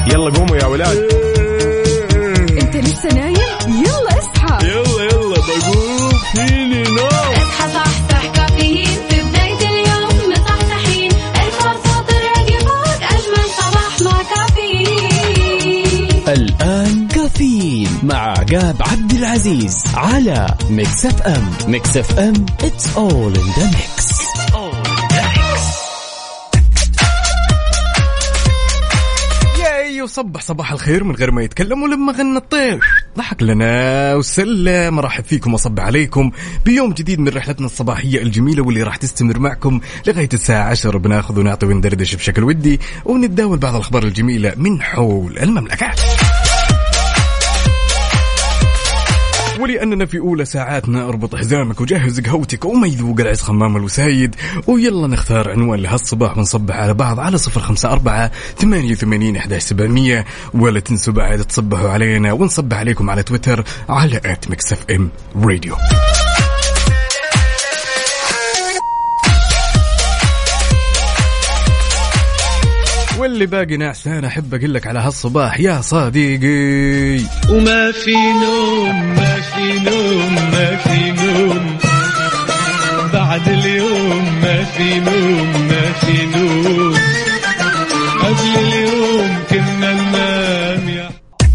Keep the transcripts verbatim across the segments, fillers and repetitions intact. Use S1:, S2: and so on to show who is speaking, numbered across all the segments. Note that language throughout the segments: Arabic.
S1: يلا قوموا يا ولاد.
S2: انت لسه نايم؟ يلا اصحى.
S1: يلا يلا بقوم فيني نوم.
S3: اصحى صحصح كافيين في بداية اليوم مصحصحين. الفرصة تراقي فوق أجمل صباح مع كافيين.
S4: الآن كافيين مع عقاب عبد العزيز على ميكس اف ام. ميكس اف ام it's all in the mix.
S1: وصبح صباح الخير من غير ما يتكلم، ولما غنى الطير ضحك لنا وسلم. مرحب فيكم وصبح عليكم بيوم جديد من رحلتنا الصباحية الجميلة واللي راح تستمر معكم لغاية الساعة عشر. بناخذ ونعطي وندردش بشكل ودي ونتداول بعض الأخبار الجميلة من حول المملكة. ولأننا في أولى ساعاتنا اربط حزامك وجهز قهوتك وما يذوق العز خمام الوسايد، ويلا نختار عنوان لهالصباح ونصبح على بعض على صفر خمسة أربعة ثمانية ثمانين أحد عشر سبعمية. ولا تنسوا بعد تصبحوا علينا ونصبح عليكم على تويتر على آت ميكس اف ام راديو. واللي باقي نعسان أحب أقول لك على هالصباح يا صديقي،
S5: وما في نوم ما في نوم ما في نوم بعد اليوم، ما في نوم ما في نوم قبل اليوم كنا ننام يا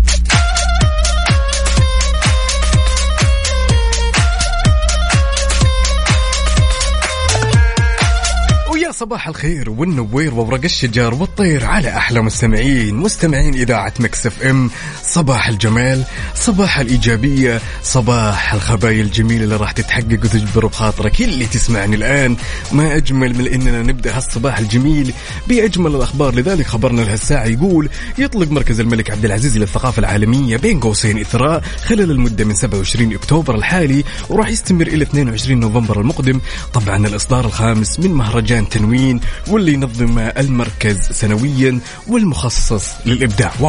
S1: صباح الخير والنوير وورق الشجر والطير على أحلى مستمعين مستمعين إذاعة ميكس اف ام. صباح الجمال، صباح الإيجابية، صباح الخبايا الجميلة اللي راح تتحقق وتجبر بخاطرك اللي تسمعني الآن. ما أجمل من إننا نبدأ هالصباح الجميل بأجمل الأخبار. لذلك خبرنا لهالساعة يقول يطلق مركز الملك عبد العزيز للثقافة العالمية بين قوسين إثراء خلال المدة من سبعة وعشرين أكتوبر الحالي وراح يستمر إلى اثنين وعشرين نوفمبر المقدم. طبعا الإصدار الخامس من مهرجان تنوين واللي ينظم المركز سنويا والمخصص للإبداع. واو.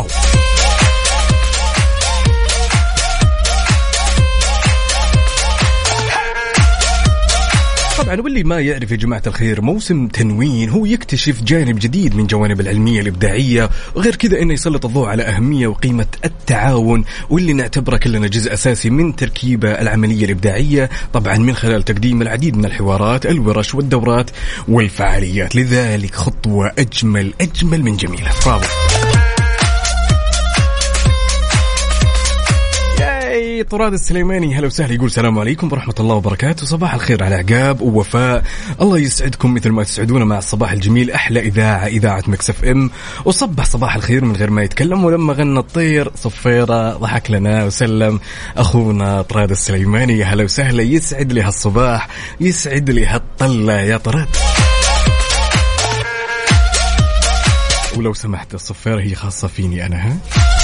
S1: طبعا واللي ما يعرف يا جماعة الخير، موسم تنوين هو يكتشف جانب جديد من جوانب العلمية الإبداعية، وغير كذا إنه يسلط الضوء على أهمية وقيمة التعاون واللي نعتبره كلنا جزء أساسي من تركيبة العملية الإبداعية، طبعا من خلال تقديم العديد من الحوارات الورش والدورات والفعاليات. لذلك خطوة أجمل أجمل من جميلة. برافو. طراد السليماني هلا وسهلا يقول السلام عليكم ورحمة الله وبركاته. صباح الخير على عقاب ووفاء، الله يسعدكم مثل ما تسعدونا مع الصباح الجميل. أحلى إذاعة إذاعة ميكس اف ام. وصبح صباح الخير من غير ما يتكلم، ولما غنى الطير صفيرة ضحك لنا وسلم أخونا طراد السليماني. هلا وسهلا، يسعد لي هالصباح، يسعد لي هالطلة يا طراد. ولو سمحت الصفيرة هي خاصة فيني أنا. ها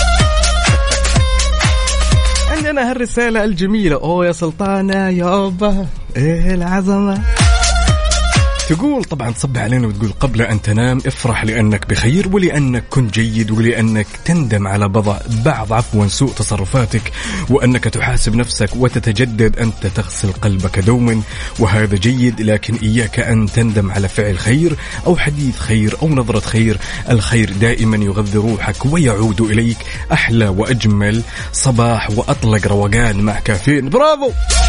S1: عندنا هالرسالة الجميلة. أوه يا سلطانة يابا إيه العظمة. تقول طبعا تصبح علينا وتقول قبل أن تنام افرح لأنك بخير ولأنك كنت جيد ولأنك تندم على بعض بعض عفوا سوء تصرفاتك وأنك تحاسب نفسك وتتجدد. أنت تغسل قلبك دوما وهذا جيد، لكن إياك أن تندم على فعل خير أو حديث خير أو نظرة خير. الخير دائما يغذي روحك ويعود إليك. أحلى وأجمل صباح وأطلق روقان مع كافيين. برافو،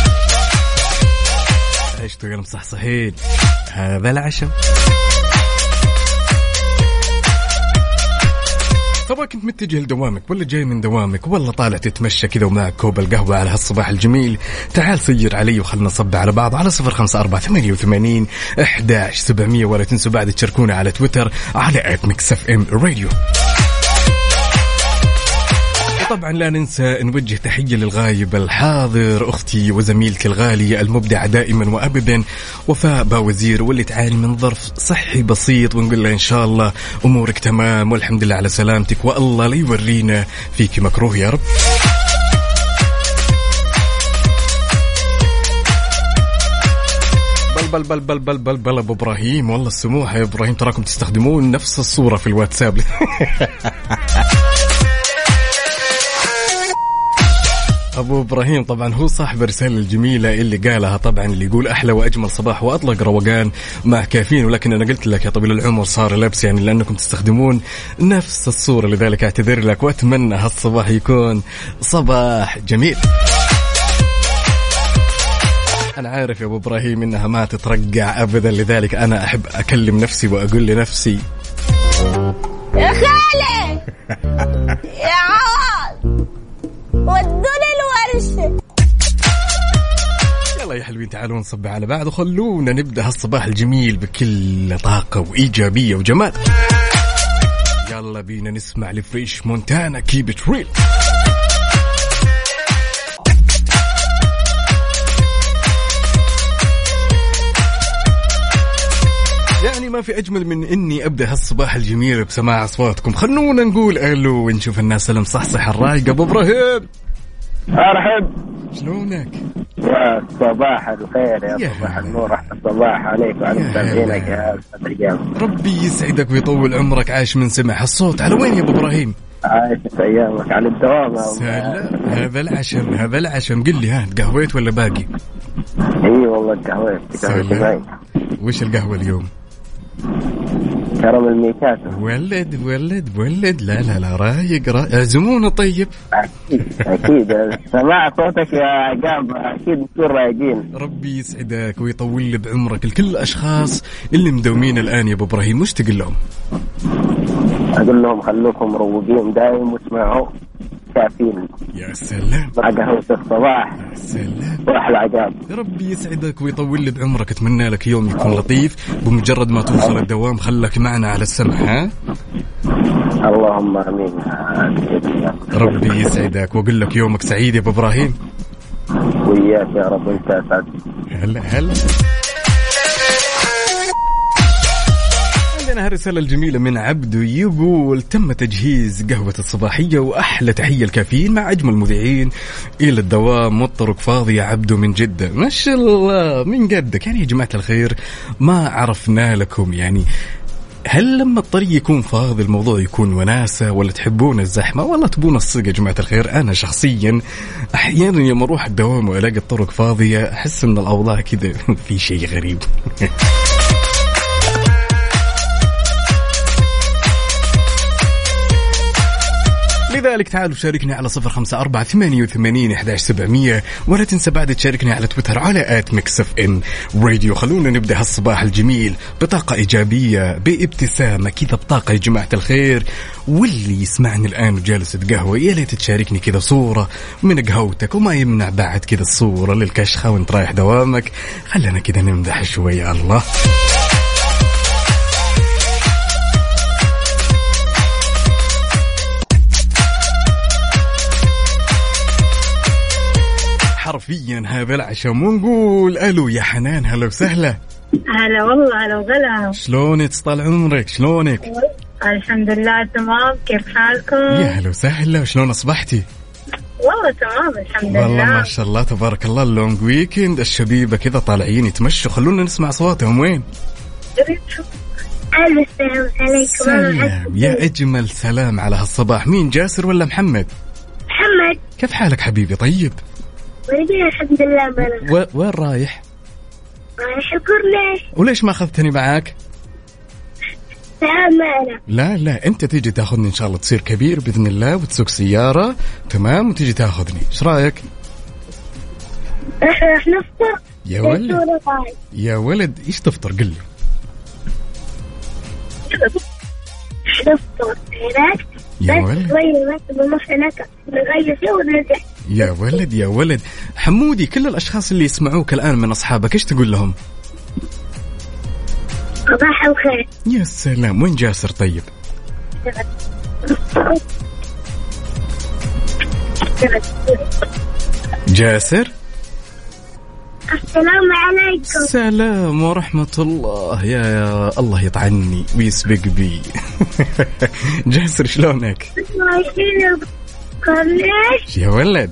S1: عشتوا يا مصحصحين، هذا العشاء. سواء كنت متجه لدوامك ولا جاي من دوامك ولا طالع تتمشى كذا ومعك كوب القهوة على هالصباح الجميل، تعال سير علي وخلنا نصب على بعض على صفر خمسة أربعة ثمانية وثمانين أحد عشر سبعمية. ولا تنسوا بعد تشاركونا على تويتر على آت ميكس اف ام راديو. طبعا لا ننسى نوجه تحية للغايب الحاضر، أختي وزميلتي الغالية المبدعة دائما وأبدا وفاء باوزير، واللي تعاني من ظرف صحي بسيط، ونقول لها إن شاء الله أمورك تمام والحمد لله على سلامتك، والله لا يورينا فيك مكروه يا رب. بل بل بل بل بل بل أبو إبراهيم، والله السموحة يا إبراهيم، تراكم تستخدمون نفس الصورة في الواتساب. أبو إبراهيم طبعا هو صاحب الرسالة الجميلة اللي قالها، طبعا اللي يقول أحلى وأجمل صباح وأطلق روقان مع كافيين، ولكن أنا قلت لك يا طويل العمر صار لبس يعني لأنكم تستخدمون نفس الصورة، لذلك أعتذر لك وأتمنى هالصباح يكون صباح جميل. أنا عارف يا أبو إبراهيم إنها ما تترقع أبدا، لذلك أنا أحب أكلم نفسي وأقول لنفسي
S6: يا خالي يا عوض ودوني الورشة.
S1: يلا يا حلوين تعالوا نصب على بعض وخلونا نبدأ هالصباح الجميل بكل طاقة وإيجابية وجمال. يلا بينا نسمع لفريش مونتانا كيب إت ريل. يعني ما في أجمل من إني أبدأ هالصباح الجميل بسماع أصواتكم. خلونا نقول ألو ونشوف الناس اللي مصحصح الرايقة. أبو إبراهيم
S7: أرحب،
S1: شلونك؟
S7: يا صباح الخير يا صباح النور، رحمة الصباح عليك وعلى متابعينك يا أستاذ أيام.
S1: ربي يسعدك ويطول عمرك، عايش من سمع الصوت. على وين يا أبو إبراهيم؟
S7: عايش أيامك على الدوام.
S1: سلام، هذا العشم هذا العشم. قل لي ها تقهويت ولا باقي؟
S7: إي والله قهويت قهويت.
S1: وش القهوة اليوم؟
S7: كرم الميكات.
S1: ولد ولد ولد. لا لا لا رايق رايق. اعزمونا طيب.
S7: أكيد أكيد سمع صوتك يا عقاب، أكيد نكون رايقين.
S1: ربي يسعدك ويطول لي بعمرك. الكل الأشخاص اللي مدومين الآن يا أبو إبراهيم وش تقول لهم؟
S7: أقول لهم خلوكم روقين دائم واسمعوا كافيين.
S1: يا سلام،
S7: مع قهوة الصباح.
S1: يا سلام،
S7: وأحلى عقاب.
S1: ربي يسعدك ويطول لي بعمرك. أتمنى لك يوم يكون لطيف. بمجرد ما توصل الدوام خلك معنا على السمع. ها
S7: اللهم آمين.
S1: ربي يسعدك وأقول لك يومك سعيد يا أبو إبراهيم.
S7: وياك يا رب أنت أسعد.
S1: هلا هلا. عندنا هالرسالة الجميلة من عبدو يقول تم تجهيز قهوة الصباحية وأحلى تحية الكافيين مع أجمل مذيعين إلى الدوام والطرق فاضية. عبدو من جدة، ما شاء الله من قدك. يعني يا جماعة الخير ما عرفنا لكم يعني هل لما الطريق يكون فاضي الموضوع يكون وناسة ولا تحبون الزحمة ولا تبون الصدق يا جماعة الخير؟ أنا شخصيا أحيانا يوم أروح الدوام وألاقي الطرق فاضية أحس أن الأوضاع كذا في شيء غريب. لذلك تعالوا شاركني على صفر خمسة أربعة ثمانية وثمانين أحد عشر سبعمية، ولا تنسى بعد تشاركني على تويتر على آت ميكس اف ام راديو. خلونا نبدأ هالصباح الجميل بطاقة إيجابية بابتسامة كذا بطاقة يا جماعة الخير. واللي يسمعني الآن وجالس بقهوة يا ليت تشاركني كذا صورة من قهوتك، وما يمنع بعد كذا الصورة للكشخة وانت رايح دوامك. خلنا كذا نمدح شوية. الله حرفيا هذا العشاء. ونقول ألو يا حنان. هلا وسهلا.
S6: هلا والله، هلا وغلا.
S1: شلونك؟ طال عمرك شلونك؟
S6: الحمد لله تمام، كيف حالكم؟
S1: يا هلا وسهلا. وشلون أصبحتي؟
S6: والله تمام الحمد لله.
S1: والله ما شاء الله تبارك الله. اللونج ويكند الشبيبة كذا طالعين يتمشوا. خلونا نسمع أصواتهم. وين؟
S6: ألف سلام عليكم.
S1: سلام يا أجمل سلام على هالصباح. مين جاسر ولا محمد؟
S6: محمد.
S1: كيف حالك حبيبي؟ طيب
S6: الحمد لله. بنا
S1: و... وين رايح؟
S6: رايح الكورنيش.
S1: وليش ما أخذتني معاك؟
S6: تعال معنا.
S1: لا لا أنت تيجي تاخذني إن شاء الله، تصير كبير بإذن الله وتسوق سيارة تمام وتيجي تاخذني. إيش رأيك؟
S6: إحنا راح نفطر
S1: يا ولد. يا ولد إيش تفطر؟ قل لي.
S6: نفطر هناك.
S1: يا ولد. يا ولد يا ولد. حمودي كل الأشخاص اللي يسمعوك الآن من أصحابك إيش تقول لهم؟
S6: صباح الخير.
S1: يا سلام. وين جاسر طيب؟ جاسر.
S6: السلام عليكم.
S1: السلام ورحمة الله. يا, يا الله يطعني ويسبق بي. جاسر شلونك؟ يا ولد.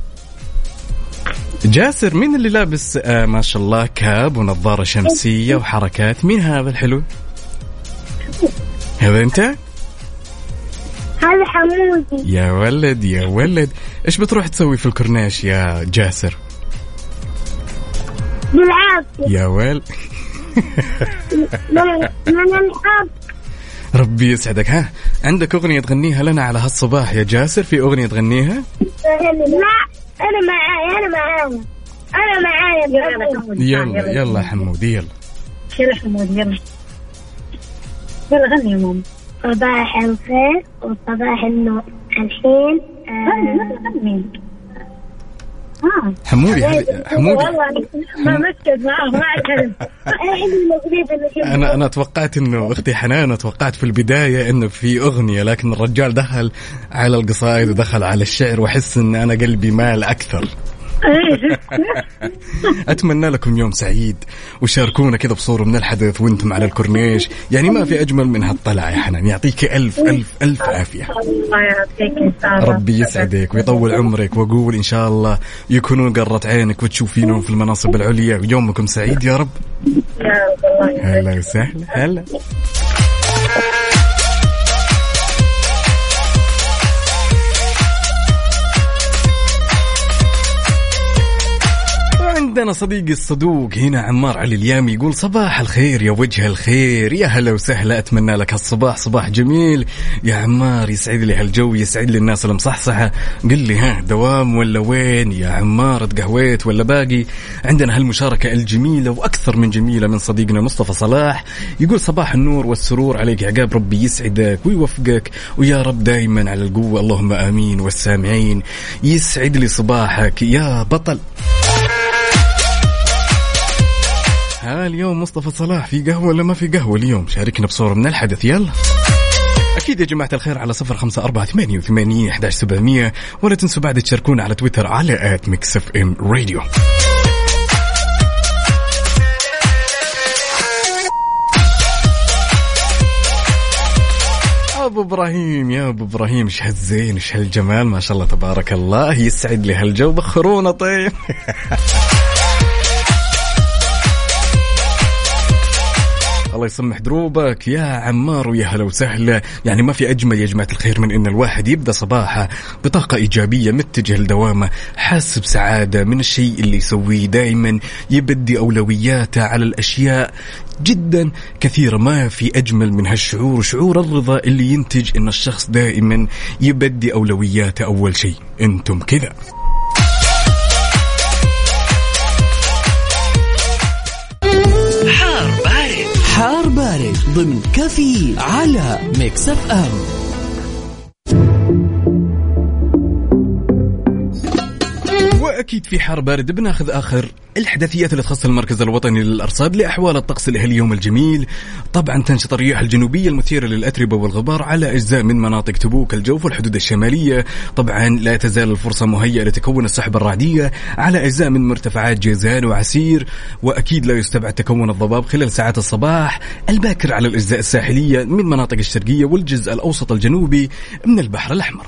S1: جاسر مين اللي لابس آه ما شاء الله كاب ونظارة شمسية وحركات؟ مين هذا الحلو؟ هذا أنت؟
S6: هذا حمودي.
S1: يا ولد يا ولد، إيش بتروح تسوي في الكورنيش يا جاسر؟
S6: بالعافية
S1: يا ولد.
S6: من الحب.
S1: ربي يسعدك. ها، عندك أغنية تغنيها لنا على هالصباح يا جاسر؟ في أغنية تغنيها؟
S6: لا أنا معايا أنا معايا أنا معايا.
S1: يلا يلا حمودي يلا.
S6: يلا حمودي يلا يلا غني يا ماما. صباح الخير وصباح النور. الحين غني
S1: آه. حمودي حمودي
S6: ما مسكت معه ما أعرف.
S1: أنا أنا توقعت إنه أختي حنان، توقعت في البداية إنه في أغنية، لكن الرجال دخل على القصائد ودخل على الشعر، وأحس إن أنا قلبي مال أكثر. أتمنى لكم يوم سعيد، وشاركونا كذا بصورة من الحدث وانتم على الكورنيش. يعني ما في أجمل من هالطلعة يا حنان. يعطيك ألف ألف ألف عافية.
S6: الله يعطيك.
S1: ربي يسعدك ويطول عمرك، وأقول إن شاء الله يكونون قرة عينك وتشوفينهم في المناصب العليا، ويومكم سعيد يا رب.
S6: يا رب. الله
S1: هلا وسهلا. هلا. عندنا صديقي الصدوق هنا عمار علي اليامي يقول صباح الخير يا وجه الخير، يا هلا وسهلا، أتمنى لك هالصباح صباح جميل يا عمار. يسعد لي هالجو، يسعد لي الناس المصحصحة. قل لي ها، دوام ولا وين يا عمار؟ تقهويت ولا باقي؟ عندنا هالمشاركة الجميلة وأكثر من جميلة من صديقنا مصطفى صلاح، يقول صباح النور والسرور عليك يا عقاب، ربي يسعدك ويوفقك ويا رب دايما على القوة، اللهم آمين. والسامعين يسعد لي صباحك يا بطل. ها اليوم مصطفى صلاح في قهوة ولا ما في قهوة اليوم؟ شاركنا بصورة من الحدث يلا. أكيد يا جماعة الخير على صفر خمسة أربعة ثمانية وثمانين أحد عشر سبعمية، ولا تنسوا بعد تشاركونا على تويتر على آت ميكس اف ام راديو. أبو إبراهيم، يا أبو إبراهيم، إيش هالزين إيش هالجمال، ما شاء الله تبارك الله. يسعد لي هالجو، بخرونا طيب. الله يسمح دروبك يا عمار، ويا هلا وسهلا. يعني ما في أجمل يا جماعة الخير من إن الواحد يبدأ صباحه بطاقة إيجابية، متجه لدوامه، حاسس بسعادة من الشيء اللي يسويه، دائما يبدي أولوياته على الأشياء جدا كثيرة. ما في أجمل من هالشعور، شعور الرضا اللي ينتج إن الشخص دائما يبدي أولوياته أول شيء. أنتم كذا.
S4: حار بارد، حار بارد ضمن كافيين على ميكس اف ام.
S1: وأكيد في حار بارد بناخذ آخر الحدثيات اللي تخص المركز الوطني للأرصاد لأحوال الطقس اليوم الجميل. طبعا تنشط الرياح الجنوبية المثيرة للأتربة والغبار على أجزاء من مناطق تبوك، الجوف والحدود الشمالية. طبعا لا تزال الفرصة مهيئة لتكون السحب الرعدية على أجزاء من مرتفعات جيزان وعسير، وأكيد لا يستبعد تكون الضباب خلال ساعات الصباح الباكر على الأجزاء الساحلية من مناطق الشرقية والجزء الأوسط الجنوبي من البحر الأحمر.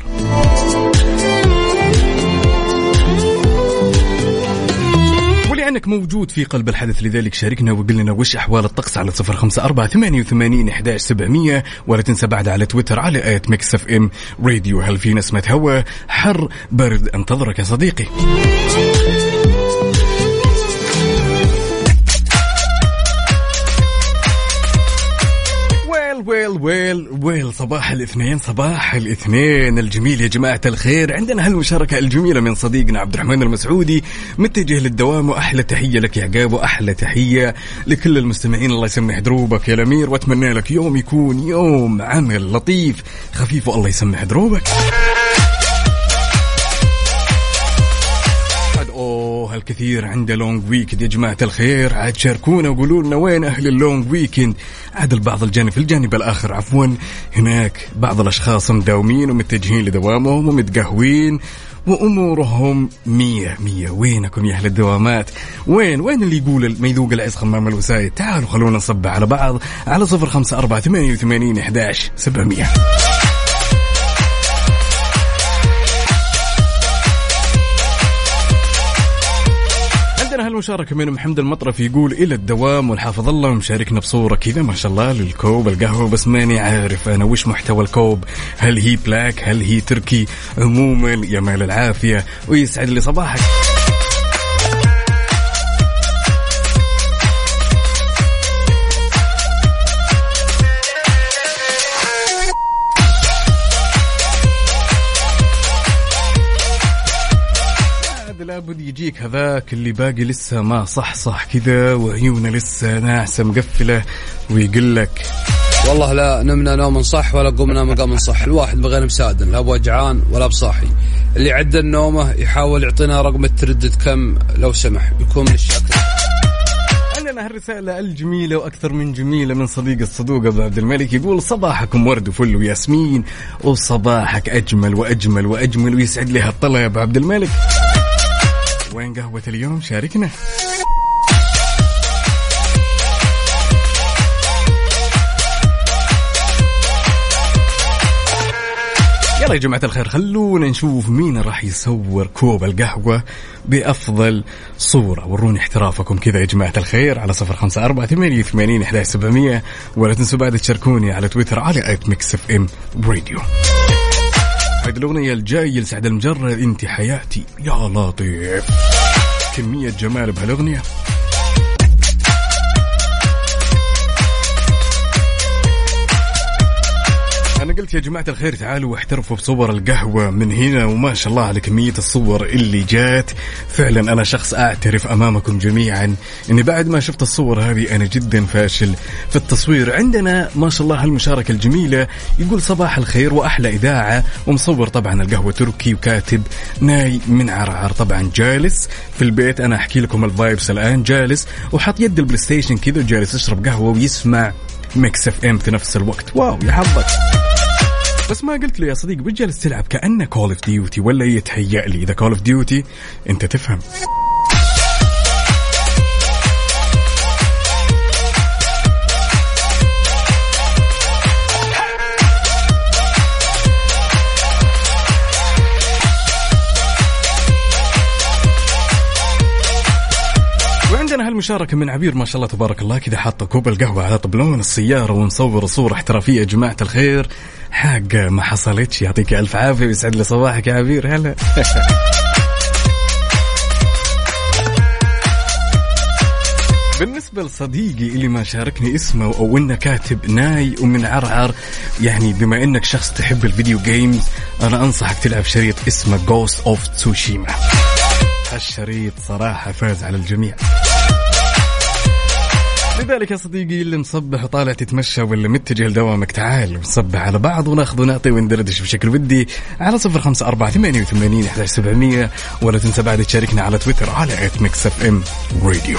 S1: ولأنك موجود في قلب الحدث لذلك شاركنا وقل لنا وش أحوال الطقس على صفر خمسة أربعة ثمانية وثمانين أحد عشر سبعمية، ولا تنسى بعد على تويتر على آت ميكس اف ام راديو. هل في نسمة هواء حر بارد انتظرك يا صديقي. ويل ويل ويل صباح الاثنين، صباح الاثنين الجميل يا جماعة الخير. عندنا هالمشاركة الجميلة من صديقنا عبد الرحمن المسعودي، متجه للدوام، وأحلى تحية لك يا عقاب، وأحلى تحية لكل المستمعين. الله يسمح دروبك يا الأمير، وأتمنى لك يوم يكون يوم عمل لطيف خفيف، والله يسمح دروبك. اوه هالكثير عنده لونج ويكند يا جماعة الخير، عاد شاركونا وقولوا لنا وين أهل اللونج ويكند. عاد البعض الجانب في الجانب الآخر عفوا، هناك بعض الأشخاص مداومين ومتجهين لدوامهم ومتقهوين وأمورهم مية مية. وينكم يا أهل الدوامات؟ وين وين اللي يقول ما يذوق العز خمام الوسايد؟ تعالوا خلونا نصب على بعض على صفر خمسة أربعة ثمانية وثمانين أحد عشر سبعمية. عندنا هالمشاركة من محمد المطرف يقول إلى الدوام والحافظ الله مشاركنا بصورة كذا ما شاء الله للكوب القهوة، بس ماني عارف أنا وش محتوى الكوب، هل هي بلاك هل هي تركي؟ عموما يا مال العافية ويسعد لي صباحك. لابد يجيك هذاك اللي باقي لسه ما صح صح كذا وعيونه لسه ناعسة مقفلة ويقول لك
S8: والله لا نمنا نوم صح ولا قمنا مقام صح، الواحد بغير مساعد لا بوجعان ولا بصاحي، اللي عدى النومه يحاول يعطينا رقم التردد كم لو سمح يكون من الشاكر.
S1: عندنا هالرسالة الجميلة وأكثر من جميلة من صديق الصدوق أبو عبد الملك يقول صباحكم ورد وفل وياسمين وصباحك أجمل وأجمل وأجمل ويسعد لي هالطلع يا أبو عبد الملك. وين قهوة اليوم؟ شاركنا. يلا يا جماعة الخير خلونا نشوف مين راح يصور كوب القهوة بأفضل صورة. وروني احترافكم كذا يا جماعة الخير على صفر خمسة أربعة ثمانية ثمانين إحدى عشر سبعمية، ولا تنسوا بعد تشاركوني على تويتر على آت ميكس اف ام راديو. هذه الأغنية الجاية لسعد المجرد انت حياتي يا لطيف، كمية جمال بهالأغنية. أنا قلت يا جماعة الخير تعالوا واحترفوا بصور القهوة من هنا، وما شاء الله على كمية الصور اللي جات. فعلا أنا شخص أعترف أمامكم جميعا أني بعد ما شفت الصور هذه أنا جدا فاشل في التصوير. عندنا ما شاء الله هالمشاركة الجميلة يقول صباح الخير وأحلى إذاعة، ومصور طبعا القهوة تركي وكاتب ناي من عرعر، طبعا جالس في البيت. أنا أحكي لكم الفايبس الآن، جالس وحط يد البلاي ستيشن كذا وجالس يشرب قهوة ويسمع ميكس اف ام في نفس الوقت. واو يا حظك. بس ما قلت له يا صديق بجلس تلعب كأنه كول اوف ديوتي ولا يتهيأ لي؟ إذا كول اوف ديوتي أنت تفهم. وعندنا هالمشاركة من عبير ما شاء الله تبارك الله كذا حاطة كوب القهوة على طبلون السيارة ونصور صورة احترافية يا جماعة الخير. حاجة ما حصلتش، يعطيك ألف عافية ويسعد لي صباحك يا عبير. هلا. بالنسبة لصديقي اللي ما شاركني اسمه أو إنه كاتب ناي ومن عرعر، يعني بما إنك شخص تحب الفيديو جيمز أنا أنصحك تلعب شريط اسمه Ghost of Tsushima. هالشريط صراحة فاز على الجميع. لذلك يا صديقي اللي مصبح وطالع تتمشى ولا متجه لدوامك تعال ونصبح على بعض وناخذ ونعطي وندردش بشكل ودي على صفر خمسة أربعة ثمانية وثمانين إحدى عشر سبعمية، ولا تنسى بعد تشاركنا على تويتر على آت ميكس اف ام راديو.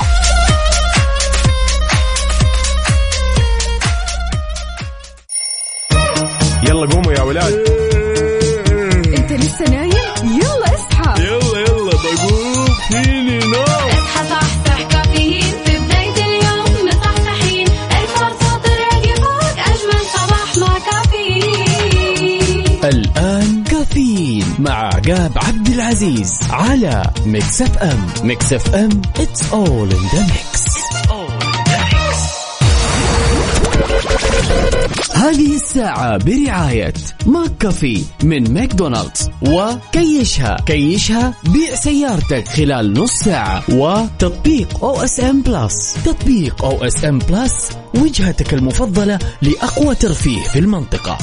S9: يلا قوموا يا ولاد.
S2: انت لسه نايم؟ يلا اصحى.
S9: يلا يلا بقوم فيني نوم.
S3: اصحى صحصح كافيين في بداية اليوم مصحصحين، الفرصة تراقي فوق أجمل صباح مع كافيين.
S4: الآن كافيين مع عقاب عبد العزيز على ميكس اف ام. ميكس اف ام it's all in the mix. هذه الساعة برعاية ماك كافي من ماكدونالدز، وكيشها كيشها بيع سيارتك خلال نص ساعة، وتطبيق او اس ام بلس. تطبيق او اس ام بلس وجهتك المفضلة لأقوى ترفيه في المنطقة.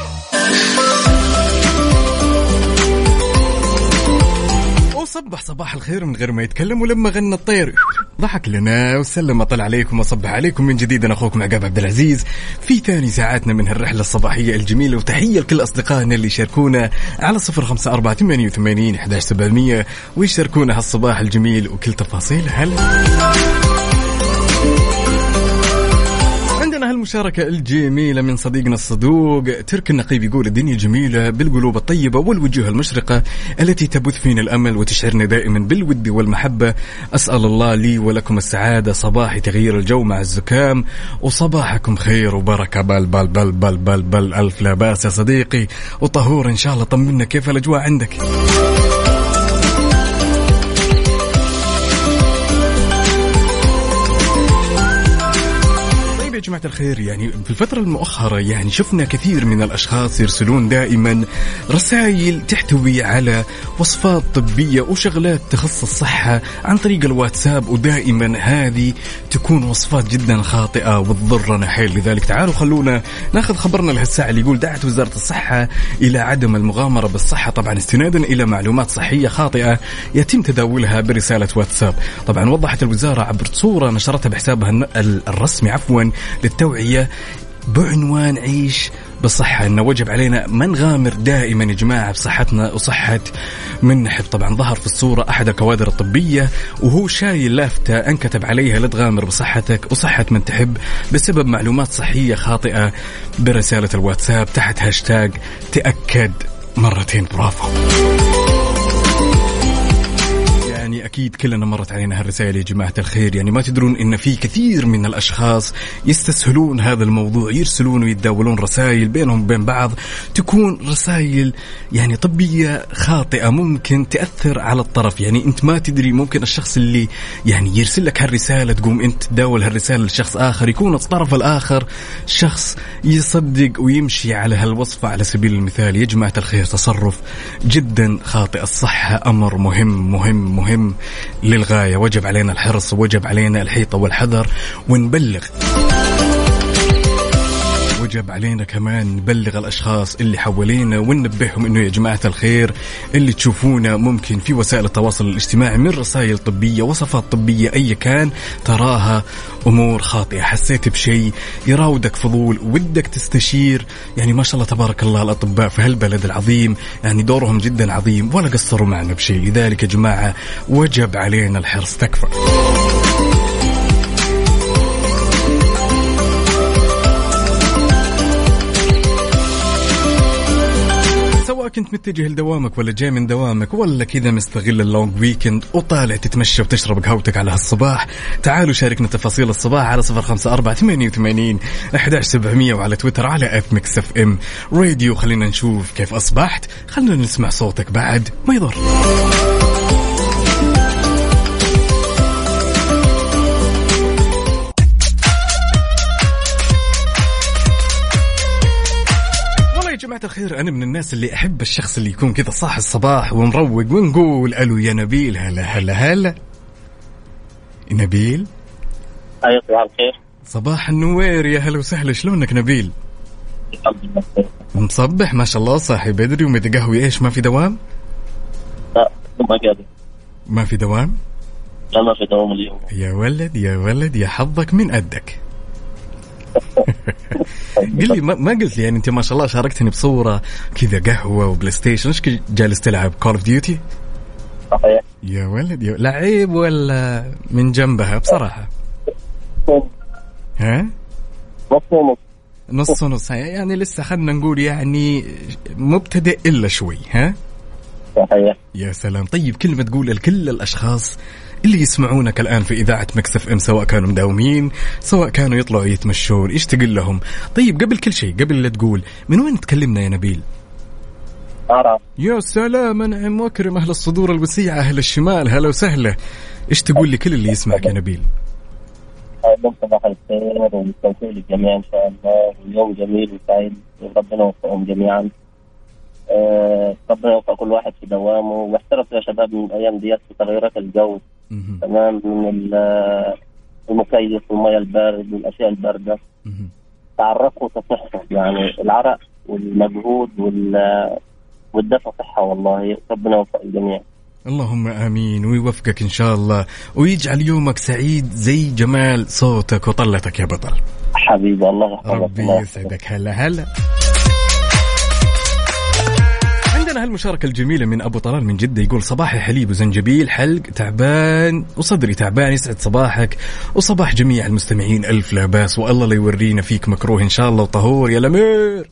S1: صبح صباح الخير من غير ما يتكلم، ولما غنى الطير ضحك لنا وسلم أطلع عليكم وصبح عليكم من جديد. أنا أخوكم عقاب عبد العزيز في ثاني ساعاتنا من هالرحلة الصباحية الجميلة، وتحية لكل أصدقائنا اللي يشاركونا على صفر خمسة أربعة ثمانية وثمانين إحدى عشر سبعمية ويشاركونا هالصباح الجميل وكل تفاصيل. هلا هالمشاركة الجميلة من صديقنا الصدوق ترك النقيب يقول الدنيا جميلة بالقلوب الطيبة والوجوه المشرقة التي تبث فينا الأمل وتشعرنا دائما بالود والمحبة. أسأل الله لي ولكم السعادة، صباحي تغيير الجو مع الزكام، وصباحكم خير وبركة. بل بل بل بل بل بل ألف لا بأس يا صديقي وطهور إن شاء الله. طمنا كيف الأجواء عندك؟ جماعة الخير يعني في الفترة المؤخرة يعني شفنا كثير من الأشخاص يرسلون دائما رسائل تحتوي على وصفات طبية وشغلات تخص الصحة عن طريق الواتساب، ودائما هذه تكون وصفات جدا خاطئة وتضرنا حيل. لذلك تعالوا خلونا ناخذ خبرنا لهالساعة اللي يقول دعت وزارة الصحة إلى عدم المغامرة بالصحة، طبعا استنادا إلى معلومات صحية خاطئة يتم تداولها برسالة واتساب. طبعا وضحت الوزارة عبر صورة نشرتها بحسابها الرسمي عفوا للتوعية بعنوان عيش بالصحة أنه وجب علينا ما نغامر دائما يا جماعة بصحتنا وصحة من نحب. طبعا ظهر في الصورة أحد الكوادر الطبية وهو شايل لافتة أنكتب عليها لا تغامر بصحتك وصحة من تحب بسبب معلومات صحية خاطئة برسالة الواتساب تحت هاشتاج تأكد مرتين. برافو. يعني أكيد كلنا مرت علينا هالرسائل يا جماعة الخير. يعني ما تدرون إن في كثير من الأشخاص يستسهلون هذا الموضوع، يرسلون ويتداولون رسائل بينهم وبين بعض تكون رسائل يعني طبية خاطئة ممكن تأثر على الطرف. يعني أنت ما تدري، ممكن الشخص اللي يعني يرسل لك هالرسالة تقوم أنت تداول هالرسالة لشخص آخر، يكون الطرف الآخر شخص يصدق ويمشي على هالوصفة. على سبيل المثال يا جماعة الخير تصرف جدا خاطئ. الصحة أمر مهم مهم مهم للغاية، وجب علينا الحرص ووجب علينا الحيطة والحذر ونبلغ. وجب علينا كمان نبلغ الأشخاص اللي حوالينا وننبههم إنه يا جماعة الخير اللي تشوفونا ممكن في وسائل التواصل الاجتماعي من رسائل طبية وصفات طبية أي كان تراها أمور خاطئة. حسيت بشيء يراودك فضول ودك تستشير، يعني ما شاء الله تبارك الله الأطباء في هالبلد العظيم يعني دورهم جدا عظيم ولا قصروا معنا بشيء. لذلك يا جماعة وجب علينا الحرص. تكفى. سواء كنت متجه لدوامك ولا جاي من دوامك ولا كذا مستغل اللونج ويكند وطالع تتمشى وتشرب قهوتك على هالصباح، تعالوا شاركنا تفاصيل الصباح على صفر خمسة أربعة ثمانية وثمانين أحد عشر سبعمية وعلى تويتر على آت ميكس إف إم راديو. خلينا نشوف كيف أصبحت، خلينا نسمع صوتك بعد ما يضر. جماعة الخير أنا من الناس اللي أحب الشخص اللي يكون كذا صاح الصباح ونروق ونقول ألو يا نبيل. هلا هلا هلا نبيل.
S10: أيوة صباح الخير.
S1: صباح النوير يا هلا وسهلا. شلونك نبيل؟ مصبح ما شاء الله صاحي بدري ومتقهوي. إيش ما في دوام؟
S10: لا ما قادر.
S1: ما في دوام؟
S10: لا ما في دوام اليوم.
S1: يا ولد يا ولد يا حظك من قدك. قل لي ما قلت لي يعني انت ما شاء الله شاركتني بصورة كذا قهوة وبلاي ستيشن، ايش جالس تلعب كول اوف ديوتي؟
S10: صحيح
S1: يا ولد يا لعيب ولا من جنبها بصراحة؟ ها؟
S10: نص ونص.
S1: نص ونص يعني لسه خلنا نقول يعني مبتدئ إلا شوي. ها؟
S10: صحيح.
S1: يا سلام. طيب كلمة تقول لكل الأشخاص اللي يسمعونك الآن في إذاعة ميكس إف إم سواء كانوا مداومين سواء كانوا يطلعوا يتمشون، إيش تقول لهم؟ طيب قبل كل شيء قبل لا تقول من وين تكلمنا يا نبيل؟
S10: عرب.
S1: يا سلام نعم وكرم أهل الصدور الوسيعة أهل الشمال هلا وسهلا. إيش تقول لكل اللي يسمعك يا نبيل؟
S10: صباح الخير والتوفيق للجميع إن شاء الله، واليوم جميل وسعيد وربنا يوفقهم جميعا. أه ربنا يوفق كل واحد في دوامه، واحترص يا شباب من الأيام ديت في تغيرات الجو. تمام، من المكيف والمياه البارد والأشياء الباردة. تعرفوا تصحوا، يعني العرق والمجهود والدفع صحة والله. ربنا يوفق الجميع.
S1: اللهم آمين ويوفقك إن شاء الله ويجعل يومك سعيد زي جمال صوتك وطلتك يا بطل
S10: حبيبي. الله يحفظك.
S1: ربي يسعدك. هلا هلا. عندنا هالمشاركة الجميلة من أبو طلال من جدة يقول صباحي حليب وزنجبيل حلق تعبان وصدري تعبان. يسعد صباحك وصباح جميع المستمعين. ألف لا باس والله لا يورينا فيك مكروه إن شاء الله وطهور يا لمير.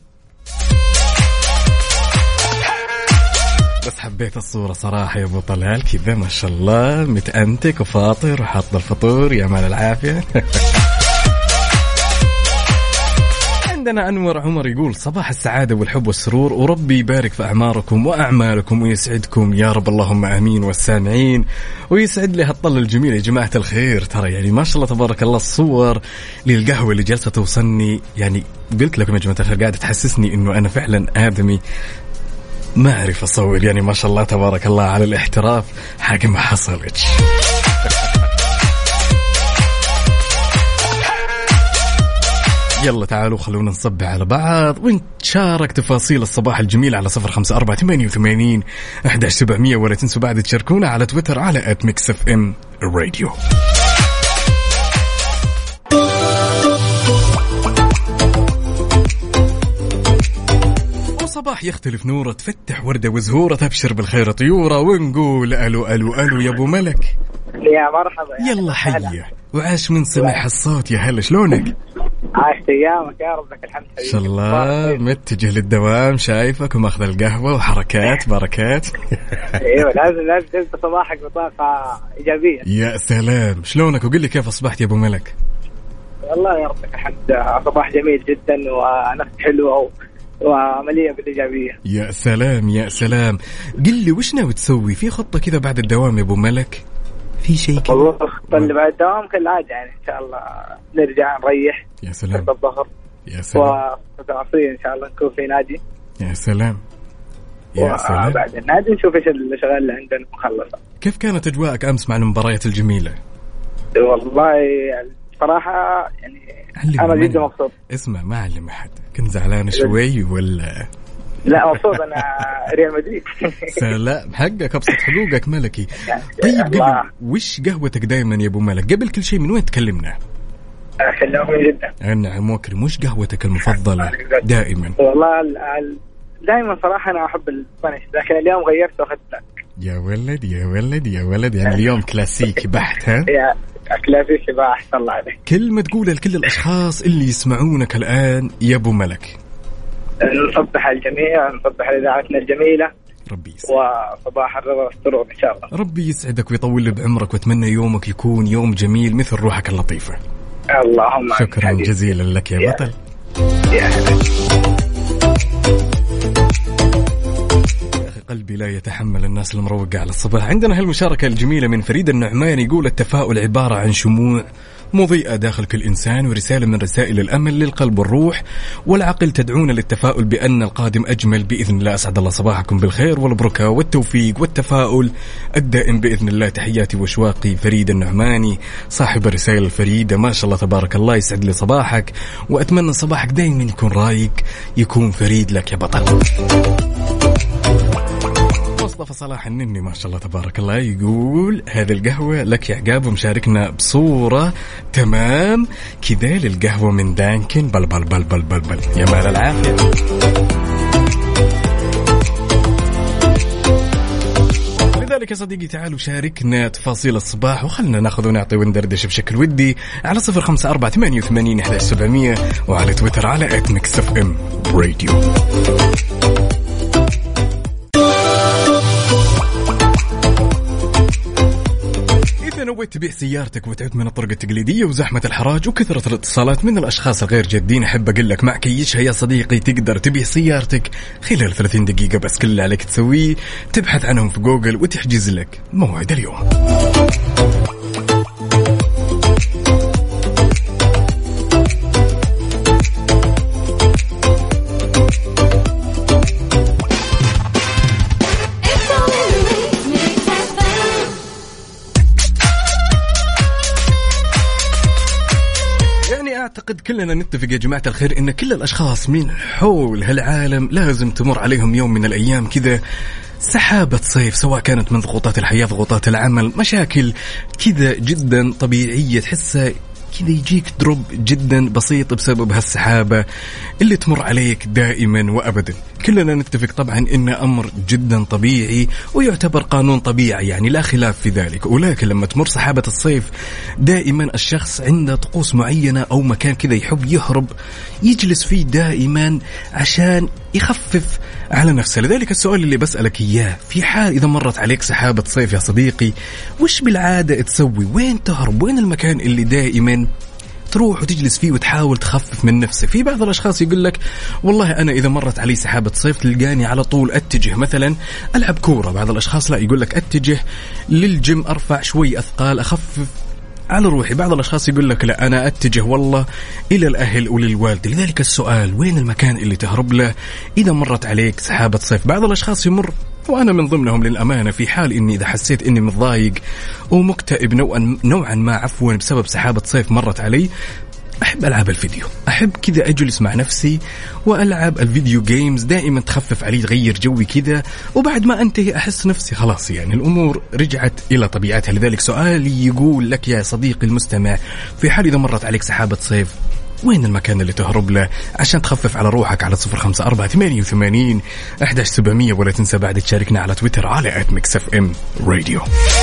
S1: بس حبيت الصورة صراحة يا أبو طلال كذا ما شاء الله متأنتك وفاطر وحاط الفطور يا مال العافية. عندنا أنور عمر يقول صباح السعادة والحب والسرور، وربي يبارك في أعماركم وأعمالكم ويسعدكم يا رب، اللهم آمين. والسامعين ويسعد لي هالطلة الجميلة يا جماعة الخير. ترى يعني ما شاء الله تبارك الله الصور للقهوة اللي جالسة توصلني، يعني قلت لكم يا جماعة الخير قاعدة تحسسني إنه أنا فعلا آدمي ما أعرف أصور، يعني ما شاء الله تبارك الله على الاحتراف، حاجة ما حصلتش. يلا تعالوا خلونا نصب على بعض ونشارك تفاصيل الصباح الجميل على صفر خمسة أربعة ثمانية وثمانين أحد عشر سبعمية، ولا تنسوا بعد تشاركونا على تويتر على آت ميكس إف إم راديو. وصباح يختلف نوره، تفتح وردة وزهورة، تبشر بالخير طيورة، ونقول ألو ألو ألو يا أبو ملك.
S11: يا مرحبا.
S1: يلا حيا وعاش من سمع الصوت. يا هلا شلونك؟
S11: عاشت ايامك يا ربك الحمد لله.
S1: ان شاء الله متجه للدوام، شايفك وماخذ القهوه وحركات بركات.
S11: ايوه لازم لازم تبدا صباحك بطاقه ايجابيه.
S1: يا سلام، شلونك وقل لي كيف اصبحت يا ابو ملك؟
S11: والله يا ربك الحمد لله صباح جميل جدا ونفس حلوه وعمليه بالايجابيه.
S1: يا سلام يا سلام. قل لي وش ناوي تسوي في خطه كذا بعد الدوام يا ابو ملك؟ في شيء كذا؟
S11: والله الخطه اللي بعد الدوام كالعاده يعني ان شاء الله نرجع نريح.
S1: يا سلام.
S11: الظهر.
S1: يا سلام.
S11: وعصريا ان شاء الله نكون في نادي.
S1: يا سلام. يا سلام.
S11: بعد النادي نشوف ايش الشغل اللي عندنا مخلصه.
S1: كيف كانت اجواءك امس مع المباريات الجميله؟
S11: والله صراحه يعني انا جدا مبسوط.
S1: اسمع ما علم احد، كنت زعلان شوي ولا؟
S11: لا مبسوط انا ريال مدريد.
S1: سلام حقك، ابسط حقوقك ملكي. طيب قبل وش قهوتك دائما يا ابو ملك؟ قبل كل شيء من وين تكلمنا؟
S11: خلوهم جدا.
S1: نعم مكرم، وش قهوتك المفضله دائما؟
S11: والله دائما صراحه انا احب الاسبانيش، لكن اليوم غيرت واخذت بلاك.
S1: يا ولد يا ولد يا ولد، يعني اليوم كلاسيكي بحت. ها
S11: يا كلاسيكي بحت. الله عليك.
S1: كلمه تقولها لكل الاشخاص اللي يسمعونك الان يا ابو ملك؟
S11: نصبح الجميع، نصبح لإذاعتنا الجميلة.
S1: ربي يسعدك.
S11: وصباح الرضا والسرور إن شاء الله.
S1: ربي يسعدك ويطول بعمرك، وأتمنى يومك يكون يوم جميل مثل روحك اللطيفة.
S11: اللهم
S1: شكرا جزيلا لك يا, يا بطل.
S11: يا
S1: قلبي لا يتحمل الناس المروقة على الصباح. عندنا هالمشاركة الجميلة من فريد النعمان، يقول التفاؤل عبارة عن شموع مضيئة داخل كل إنسان، ورسالة من رسائل الأمل للقلب والروح والعقل تدعونا للتفاؤل بأن القادم أجمل بإذن الله. أسعد الله صباحكم بالخير والبركة والتوفيق والتفاؤل الدائم بإذن الله. تحياتي وشواقي فريد النعماني صاحب الرسائل الفريدة، ما شاء الله تبارك الله. يسعد لي صباحك وأتمنى صباحك دائما يكون رايق، يكون فريد لك يا بطل. مصطفى صلاح النني ما شاء الله تبارك الله يقول هذه القهوة لك يا عقاب، ومشاركنا بصورة تمام كذا للقهوة من دانكن. بل بل بل بل بل, بل. يا مال العافية. لذلك يا صديقي تعالوا شاركنا تفاصيل الصباح، وخلنا ناخذ ونعطي وندردش بشكل ودي على صفر خمسة أربعة ثمانية وثمانين أحد عشر سبعمية، وعلى تويتر على آت ميكس إف إم راديو. نويت تبيع سيارتك وتعبت من الطرق التقليدية وزحمة الحراج وكثرة الاتصالات من الأشخاص الغير جادين، أحب أقول لك مع كيشها يا صديقي تقدر تبيع سيارتك خلال ثلاثين دقيقة بس. كل اللي عليك تسويه تبحث عنهم في جوجل وتحجز لك موعد اليوم. أعتقد كلنا نتفق يا جماعة الخير إن كل الأشخاص من حول هالعالم لازم تمر عليهم يوم من الأيام كذا سحابة صيف، سواء كانت من ضغوطات الحياة، ضغوطات العمل، مشاكل كذا جدا طبيعية تحسها كذا يجيك دروب جدا بسيط بسبب هالسحابة اللي تمر عليك دائما وأبدا. كلنا نتفق طبعا إن أمر جدا طبيعي ويعتبر قانون طبيعي، يعني لا خلاف في ذلك. ولكن لما تمر سحابة الصيف دائما الشخص عنده طقوس معينة أو مكان كذا يحب يهرب يجلس فيه دائما عشان يخفف على نفسه. لذلك السؤال اللي بسألك إياه، في حال إذا مرت عليك سحابة صيف يا صديقي وش بالعادة تسوي؟ وين تهرب؟ وين المكان اللي دائما تروح وتجلس فيه وتحاول تخفف من نفسك. في بعض الأشخاص يقول لك والله أنا إذا مرت علي سحابة صيف تلقاني على طول أتجه مثلا ألعب كورة. بعض الأشخاص لا، يقول لك أتجه للجيم أرفع شوي أثقال أخفف على روحي. بعض الأشخاص يقول لك لا، أنا أتجه والله إلى الأهل وللوالد. لذلك السؤال، وين المكان اللي تهرب له إذا مرت عليك سحابة صيف؟ بعض الأشخاص يمر، وأنا من ضمنهم للأمانة، في حال إني إذا حسيت إني متضايق ومكتئب نوعا نوعا ما عفوا بسبب سحابة صيف مرت علي، أحب ألعب الفيديو. أحب كذا أجلس مع نفسي وألعب الفيديو جيمز، دائما تخفف علي، تغير جوي كذا، وبعد ما أنتهي أحس نفسي خلاص يعني الأمور رجعت إلى طبيعتها. لذلك سؤالي يقول لك يا صديقي المستمع، في حال إذا مرت عليك سحابة صيف وين المكان اللي تهرب له عشان تخفف على روحك؟ على صفر خمسة أربعة ثمانية وثمانين أحد عشر سبعمية. ولا تنسى بعد تشاركنا على تويتر على آت ميكس إف إم راديو.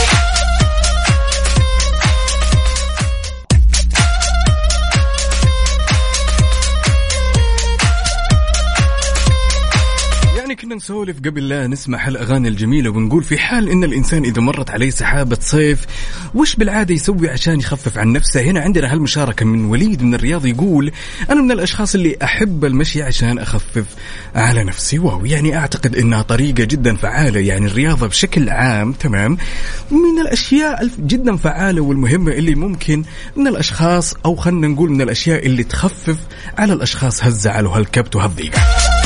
S1: كنا نسولف قبل لا نسمع الأغاني الجميلة ونقول في حال إن الإنسان إذا مرت عليه سحابة صيف وش بالعادة يسوي عشان يخفف عن نفسه. هنا عندنا هالمشاركة من وليد من الرياض، يقول أنا من الأشخاص اللي أحب المشي عشان أخفف على نفسي. واو، يعني أعتقد إنها طريقة جدا فعالة. يعني الرياضة بشكل عام تمام من الأشياء جدا فعالة والمهمة اللي ممكن من الأشخاص، أو خلنا نقول من الأشياء اللي تخفف على الأشخاص هالزعل وهالكبت وهالضيقة.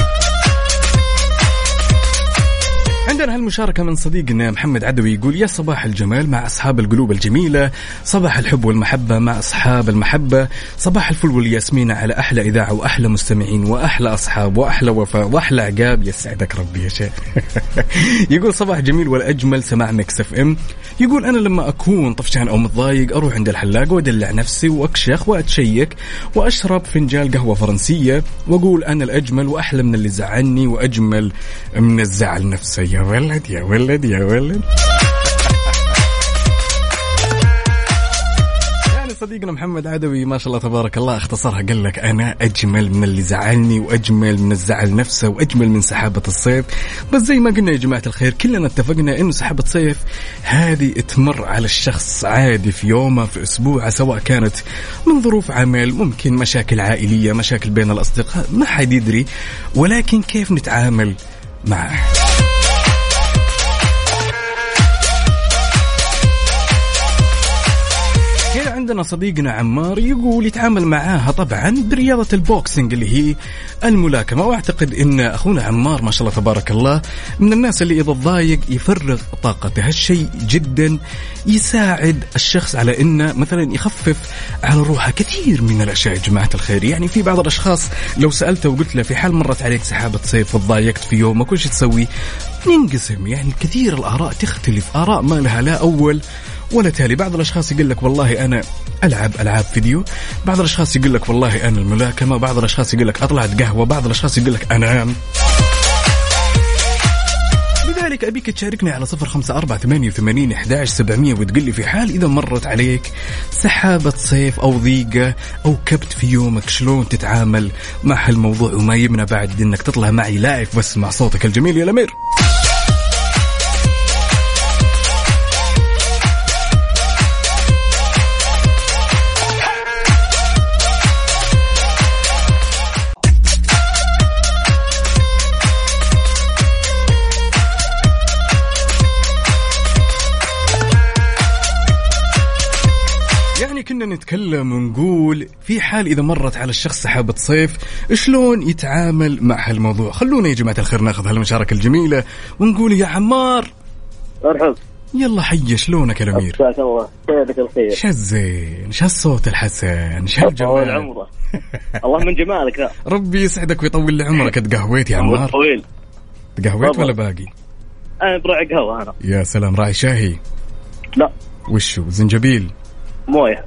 S1: عندنا هالمشاركة من صديقنا محمد عدوي، يقول يا صباح الجمال مع أصحاب القلوب الجميلة، صباح الحب والمحبة مع أصحاب المحبة، صباح الفل والياسمين على أحلى إذاعة وأحلى مستمعين وأحلى أصحاب وأحلى وفاء وأحلى عقاب. يسعدك ربي يا شيخ. يقول صباح جميل والأجمل سماع ميكس إف إم. يقول أنا لما أكون طفشان أو متضايق أروح عند الحلاق وأدلع نفسي وأكشخ وأتشيك وأشرب فنجان قهوة فرنسية وأقول أنا الأجمل وأحلى من اللي زعلني وأجمل من الزعل نفسه. يا ولد يا ولد يا ولد. يعني صديقنا محمد عدوي ما شاء الله تبارك الله اختصرها، قال لك أنا أجمل من اللي زعلني وأجمل من الزعل نفسه وأجمل من سحابة الصيف. بس زي ما قلنا يا جماعة الخير، كلنا اتفقنا إنه سحابة صيف هذه تمر على الشخص عادي في يومه في أسبوعه، سواء كانت من ظروف عمل، ممكن مشاكل عائلية، مشاكل بين الأصدقاء، ما حد يدري، ولكن كيف نتعامل معه. عندنا صديقنا عمار يقول يتعامل معاها طبعا برياضة البوكسينج اللي هي الملاكمة. واعتقد ان اخونا عمار ما شاء الله تبارك الله من الناس اللي اذا ضايق يفرغ طاقته. هالشيء جدا يساعد الشخص على انه مثلا يخفف على روحه كثير من الاشياء. يا جماعة الخير، يعني في بعض الاشخاص لو سألته وقلت له في حال مرت عليك سحابة صيف وضايقت في يومك وش تسوي، ينقسم. يعني كثير الآراء تختلف، آراء ما لها لا أول ولا تالي. بعض الأشخاص يقول لك والله أنا ألعب ألعاب فيديو، بعض الأشخاص يقول لك والله أنا الملاكمة، بعض الأشخاص يقول لك أطلعت قهوة، بعض الأشخاص يقول لك أنام. لذلك أبيك تشاركني على صفر خمسة أربعة ثمانية وثمانين أحد عشر سبعمية وتقول لي في حال إذا مرت عليك سحابة صيف أو ضيقة أو كبت في يومك شلون تتعامل مع هالموضوع. وما يمنع بعد إنك تطلع معي لايف بس مع صوتك الجميل يا الأمير. كنا نتكلم ونقول في حال إذا مرت على الشخص سحابة صيف شلون يتعامل مع هالموضوع. خلونا يا جماعة الخير ناخذ هالمشاركة الجميلة ونقول يا عمار
S10: مرحبا،
S1: يلا حي شلونك يا الأمير؟
S10: مساك الله، كيفك الخير؟
S1: شزين، شالصوت الحسن، شالجمال
S10: عمره. الله من جمالك. لا
S1: ربي يسعدك ويطول لي عمرك. تقهويت يا عمار؟
S10: طويل.
S1: تقهويت ولا باقي؟
S10: أنا براعي قهوة. أنا
S1: يا سلام. راعي شاهي؟
S10: لا.
S1: وشو؟ زنجبيل؟
S10: مويه.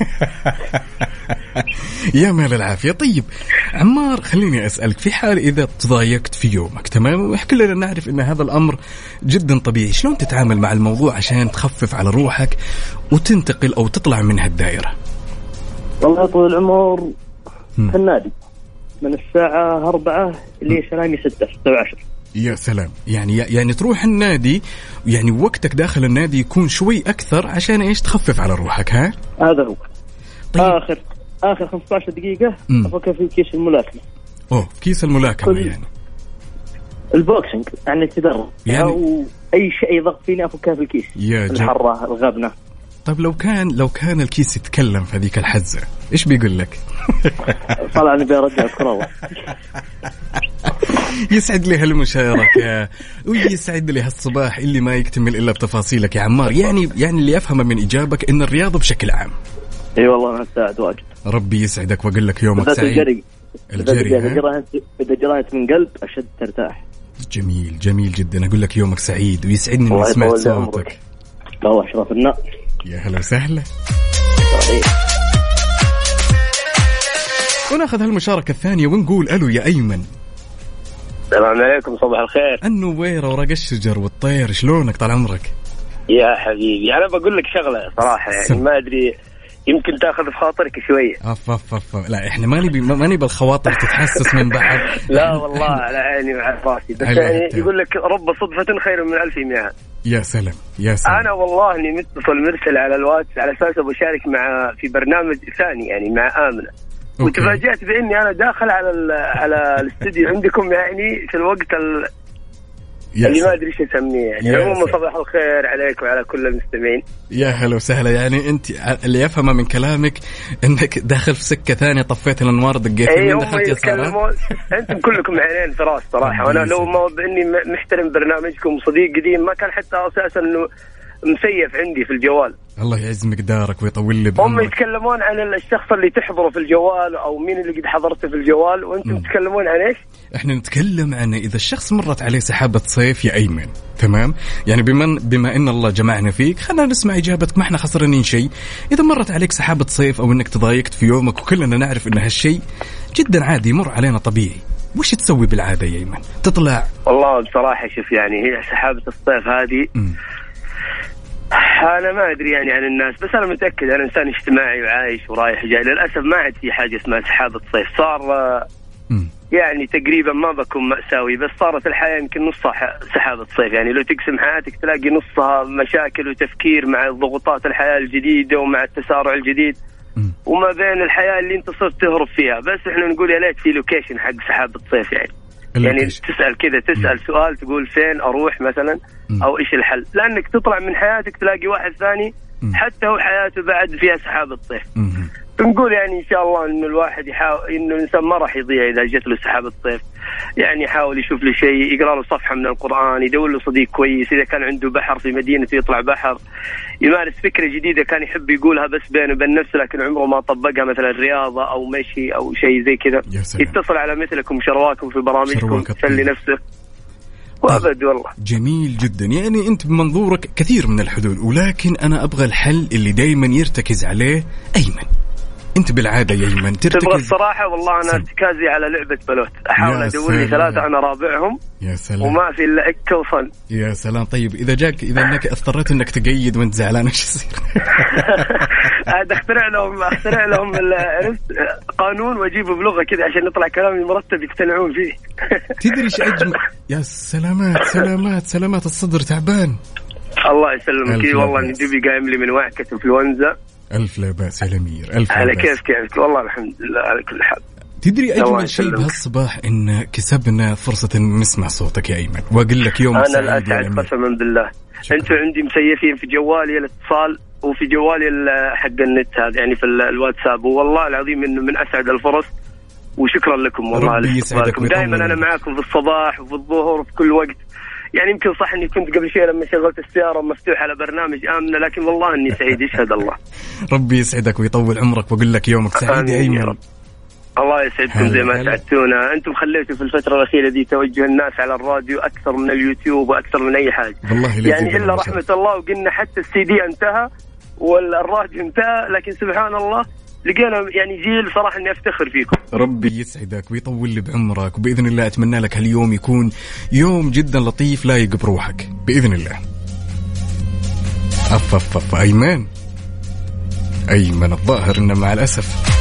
S1: يا مال العافية. طيب عمار خليني أسألك، في حال إذا تضايقت في يومك تمام، وإحكي لنا نعرف إن هذا الأمر جدا طبيعي، شلون تتعامل مع الموضوع عشان تخفف على روحك وتنتقل أو تطلع من هالدائرة؟
S10: والله طول العمر في النادي من الساعة أربعة اللي سلامي ستة ستة وعشر.
S1: يا سلام. يعني يعني تروح النادي، يعني وقتك داخل النادي يكون شوي أكثر عشان إيش تخفف على روحك. ها
S10: هذا هو. طيب. آخر اخر خمسة عشر دقيقه افكر في كيس الملاكمه.
S1: اوه كيس الملاكمه يعني
S10: البوكسينج يعني تدرب يعني او اي شيء يضغط فيني افكها في الكيس الحره الغابنه.
S1: طيب لو كان لو كان الكيس يتكلم في هذيك الحزه ايش بيقول لك؟
S10: طلع نبي ارجع اذكر الله.
S1: يسعد لي هالمشاركه ويسعد لي هالصباح اللي ما يكتمل الا بتفاصيلك يا عمار. يعني يعني اللي افهمه من اجابك ان الرياضه بشكل عام.
S10: اي والله انا ساعد واجد.
S1: ربي يسعدك واقول لك يومك سعيد.
S10: الجري الجري اذا جريت من قلب اشد ترتاح.
S1: جميل جميل جدا. اقول لك يومك سعيد ويسعدني اني سمعت صوتك.
S10: الله شرفنا.
S1: يا هلا وسهلا. وناخذ هالمشاركة الثانية ونقول ألو يا أيمن.
S12: السلام عليكم صباح الخير.
S1: النويرة ورق الشجر والطير شلونك طال عمرك؟
S12: يا حبيبي أنا بقول لك شغلة صراحة يعني ما أدري يمكن تأخذ في خاطرك شوية.
S1: أف أف أف لا إحنا ما نبي ما نبي الخواطر تتحسس من بعض.
S12: لا والله على عيني وعلى راسي بس يعني يقول لك رب صدفة خير من ألف مئة.
S1: يا سلام يا سلام.
S12: أنا والله إني متصل مرسل على الواتس على أساس بشارك مع في برنامج ثاني يعني مع آمنة. وتفاجأت بإني أنا داخل على ال على الاستوديو عندكم يعني في الوقت ال اللي ما أدري إيش أسميه يعني. عموما صباح الخير عليك وعلى كل المستمعين.
S1: يا هلا وسهلا. يعني أنت اللي يفهمه من كلامك إنك داخل في سكة ثانية طفيت الأنوار دقيت
S12: من دخلت يسارات. أنتم كلكم عينين في راس صراحة. وأنا لو ما بإني محترم برنامجكم صديق قديم ما كان حتى أساسا إنه مسيف عندي في الجوال.
S1: الله يعز مقدارك ويطول لي بعمرك.
S12: هم يتكلمون عن الشخص اللي تحضره في الجوال أو مين اللي قد حضرته في الجوال وأنتم م. تتكلمون عن إيش؟
S1: إحنا نتكلم عن إذا الشخص مرت عليه سحابة صيف يا أيمن. تمام يعني بما بما إن الله جمعنا فيك خلنا نسمع إجابتك ما إحنا خسرانين شيء. إذا مرت عليك سحابة صيف أو إنك تضايقت في يومك وكلنا نعرف إن هالشيء جدا عادي يمر علينا طبيعي وش تسوي بالعادة يا أيمن؟ تطلع
S12: والله بصراحة شوف يعني هي سحابة الصيف هذه م. أنا ما أدري يعني عن الناس بس أنا متأكد أنا إنسان اجتماعي وعايش ورايح جاي. للأسف ما عاد في حاجة اسمها سحابة صيف صار م. يعني تقريبا ما بكون مأساوي بس صارت الحياة يمكن نصها سحابة صيف. يعني لو تقسم حياتك تلاقي نصها مشاكل وتفكير مع ضغوطات الحياة الجديدة ومع التسارع الجديد م. وما بين الحياة اللي انت صرت تهرب فيها. بس احنا نقول يا ليت في لوكيشن حق سحابة صيف يعني يعني تسأل كذا تسأل م. سؤال تقول فين أروح مثلا م. أو إيش الحل. لأنك تطلع من حياتك تلاقي واحد ثاني م. حتى هو حياته بعد فيها سحابة صيف. بنقول يعني إن شاء الله إنه الواحد يحاول إنه الإنسان ما راح يضيع إذا جت له سحابة صيف. يعني يحاول يشوف له شيء يقرأ له صفحة من القرآن يدور له صديق كويس. إذا كان عنده بحر في مدينته يطلع بحر يمارس فكرة جديدة كان يحب يقولها بس بينه وبين نفسه لكن عمره ما طبقها مثلا رياضة أو مشي أو شيء زي كذا. يتصل على مثلكم شرواكم في برامجكم تسلي نفسه وأبد والله.
S1: جميل جدا. يعني أنت بمنظورك كثير من الحلول ولكن أنا أبغى الحل اللي دايما يرتكز عليه أيمن. أنت بالعادة يا أيمن ترتكز
S12: تبغى الصراحة والله أنا سل... ارتكازي على لعبة بلوت أحاول أدور لي ثلاثة أنا رابعهم
S1: يا سلام
S12: وما في إلا إكة وصن.
S1: يا سلام. طيب إذا جاك إذا أنك اضطريت أنك تقيد وأنت زعلان إيش يصير؟
S12: هذا اخترع لهم اخترع لهم قانون وأجيبه بلغة كذا عشان يطلع كلامي مرتب يقتنعون فيه.
S1: تدري إيش أجمل؟ يا سلامات سلامات سلامات الصدر تعبان.
S12: الله يسلمك. كذا والله إني دوبي قايم لي من وعكة إنفلونزا.
S1: ألف لا بأس يا الأمير. ألف
S12: على كيف كيف والله الحمد لله على كل حال.
S1: تدري أجمل شيء بهالصباح إن كسبنا فرصة إن نسمع صوتك يا أيمن وأقول لك يوم
S12: سعيد. أنا الأسعد قسما بالله. أنتوا عندي مسيفين في جوالي الاتصال وفي جوالي حق النت هذا يعني في الواتساب والله العظيم إنه من أسعد الفرص وشكرا لكم والله لاستقبالكم. دائما أنا معاكم في الصباح وفي الظهر وفي كل وقت. يعني يمكن صح إني كنت قبل شيء لما شغلت السيارة مفتوح على برنامج آمنة لكن والله إني سعيد يشهد الله.
S1: ربي يسعدك ويطول عمرك وأقول لك يومك سعيد يا أيمن.
S12: الله يسعدكم زي ما سعدتونا. أنتم خليتوا في الفترة الأخيرة دي توجه الناس على الراديو أكثر من اليوتيوب وأكثر من أي حاجة يعني إلا رحمة الله. وقلنا حتى السي دي انتهى والراديو انتهى لكن سبحان الله لقينا يعني جيل صراحة إني أفتخر فيكم.
S1: ربي يسعدك ويطول لي بعمرك وبإذن الله أتمنى لك هاليوم يكون يوم جدا لطيف لايق بروحك بإذن الله. أف أف أف أيمن أيمن الظاهر إنه مع الأسف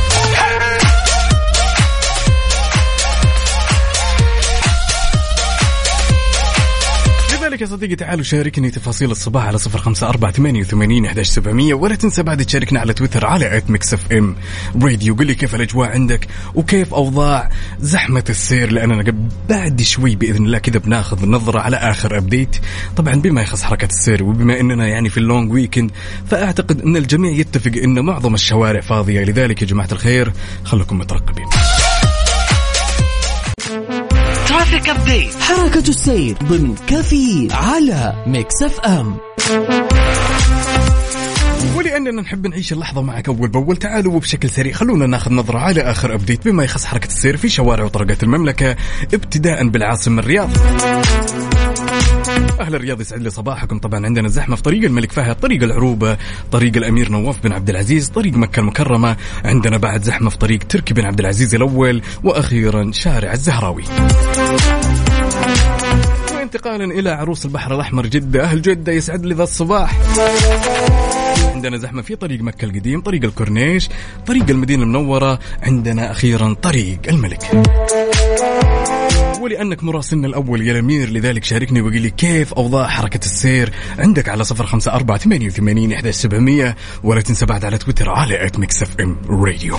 S1: لذلك يا صديقي تعالوا شاركني تفاصيل الصباح على صفر خمسة أربعة ثمانية وثمانين أحد عشر سبعمية، ولا تنسى بعد تشاركنا على تويتر على آت ميكس اف ام راديو. قل لي كيف الأجواء عندك وكيف أوضاع زحمة السير، لأننا بعد شوي بإذن الله كذا بناخذ نظرة على آخر أبديت طبعا بما يخص حركة السير، وبما أننا يعني في اللونج ويكند فأعتقد أن الجميع يتفق أن معظم الشوارع فاضية. لذلك يا جماعة الخير خلكم مترقبين.
S4: ترافيك أبديت، حركة السير ضمن كفي على ميكس اف ام.
S1: ولأننا نحب نعيش اللحظة معك أول بأول، تعالوا وبشكل سريع خلونا ناخذ نظرة على آخر أبديت بما يخص حركة السير في شوارع وطرقات المملكة، ابتداء بالعاصمة الرياض. أهل الرياض يسعد لي صباحكم. طبعا عندنا زحمة في طريق الملك فهد، طريق العروبة، طريق الأمير نواف بن عبد العزيز، طريق مكة المكرمة. عندنا بعد زحمة في طريق تركي بن عبد العزيز الأول، وأخيرا شارع الزهراوي. وانتقالا إلى عروس البحر الأحمر جدة، أهل جدة يسعد لي ذا الصباح. عندنا زحمة في طريق مكة القديم، طريق الكورنيش، طريق المدينة المنورة، عندنا أخيرا طريق الملك. ولأنك مراسلنا الأول يا الأمير لذلك شاركني وقل لي كيف أوضاع حركة السير عندك على صفر خمسة أربعة ثمانية وثمانين أحد عشر سبعمية، ولا تنسى بعد على تويتر على آت ميكس اف ام راديو.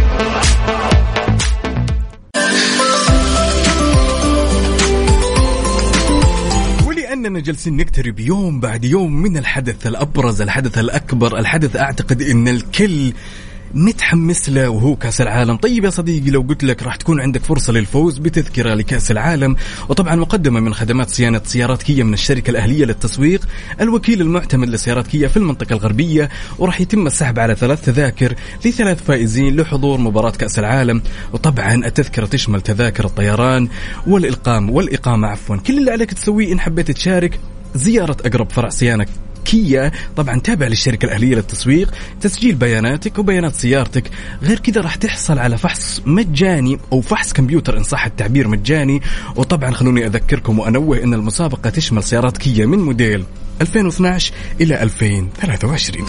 S1: أننا جالسين نقترب يوم بعد يوم من الحدث الأبرز، الحدث الأكبر، الحدث أعتقد أن الكل متحمس له وهو كأس العالم. طيب يا صديقي لو قلت لك راح تكون عندك فرصة للفوز بتذكرة لكأس العالم، وطبعا مقدمة من خدمات صيانة سيارات كيا من الشركة الأهلية للتسويق، الوكيل المعتمد لسيارات كيا في المنطقة الغربية، وراح يتم السحب على ثلاث تذاكر لثلاث فائزين لحضور مباراة كأس العالم. وطبعا التذكرة تشمل تذاكر الطيران والإقامة والإقامة عفوا. كل اللي عليك تسويه إن حبيت تشارك زيارة أقرب فرع صيانة كيا، طبعا تابع للشركة الأهلية للتسويق، تسجيل بياناتك وبيانات سيارتك. غير كذا راح تحصل على فحص مجاني أو فحص كمبيوتر إن صح التعبير مجاني. وطبعا خلوني أذكركم وأنوه أن المسابقة تشمل سيارات كيا من موديل ألفين واثناشر إلى ألفين وثلاثة وعشرين.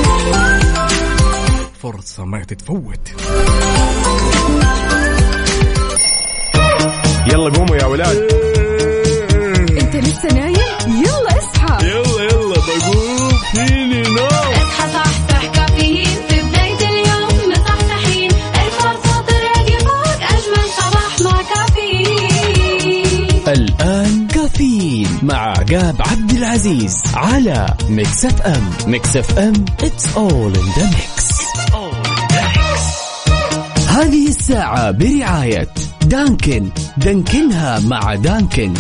S1: فرصة ما تتفوت.
S9: يلا قوموا يا ولاد.
S2: انت لسه نايم؟ يلا اصحى.
S9: يلا يلا بقوم فيني نوم.
S3: اصحى صحصح كافيين في بداية اليوم مصحصحين، الفرصة تراقي فوق أجمل صباح مع كافيين.
S4: الآن كافيين مع عقاب عبد العزيز على ميكس اف ام. ميكس اف ام it's all in the mix. هذه الساعة برعاية دانكن، دانكنها مع دانكن.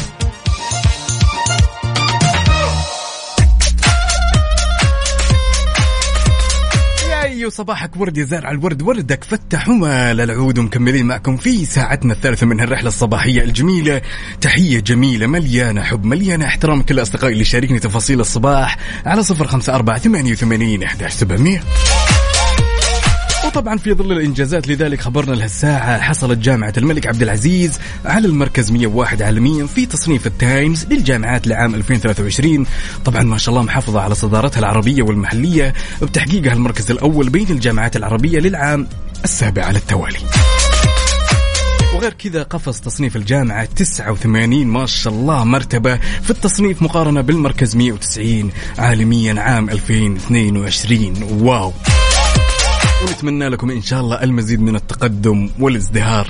S1: صباحك ورد يا زارع الورد، وردك فتح ومال العود، ومكملين معكم في ساعتنا الثالثة من هالرحلة الصباحية الجميلة. تحية جميلة مليانة حب مليانة احترام كل أصدقائي اللي شاركني تفاصيل الصباح على صفر خمسة أربعة ثمانية وثمانين أحد عشر سبعمية. وطبعا في ظل الإنجازات لذلك خبرنا لهالساعة حصلت جامعة الملك عبد العزيز على المركز مية وواحد عالميا في تصنيف التايمز للجامعات لعام ألفين وثلاثة وعشرين. طبعا ما شاء الله محافظة على صدارتها العربية والمحلية بتحقيقها المركز الأول بين الجامعات العربية للعام السابع على التوالي. وغير كذا قفز تصنيف الجامعة تسعة وثمانين ما شاء الله مرتبة في التصنيف مقارنة بالمركز مية وتسعين عالميا عام ألفين واثنين وعشرين. واو، ونتمنى لكم إن شاء الله المزيد من التقدم والازدهار.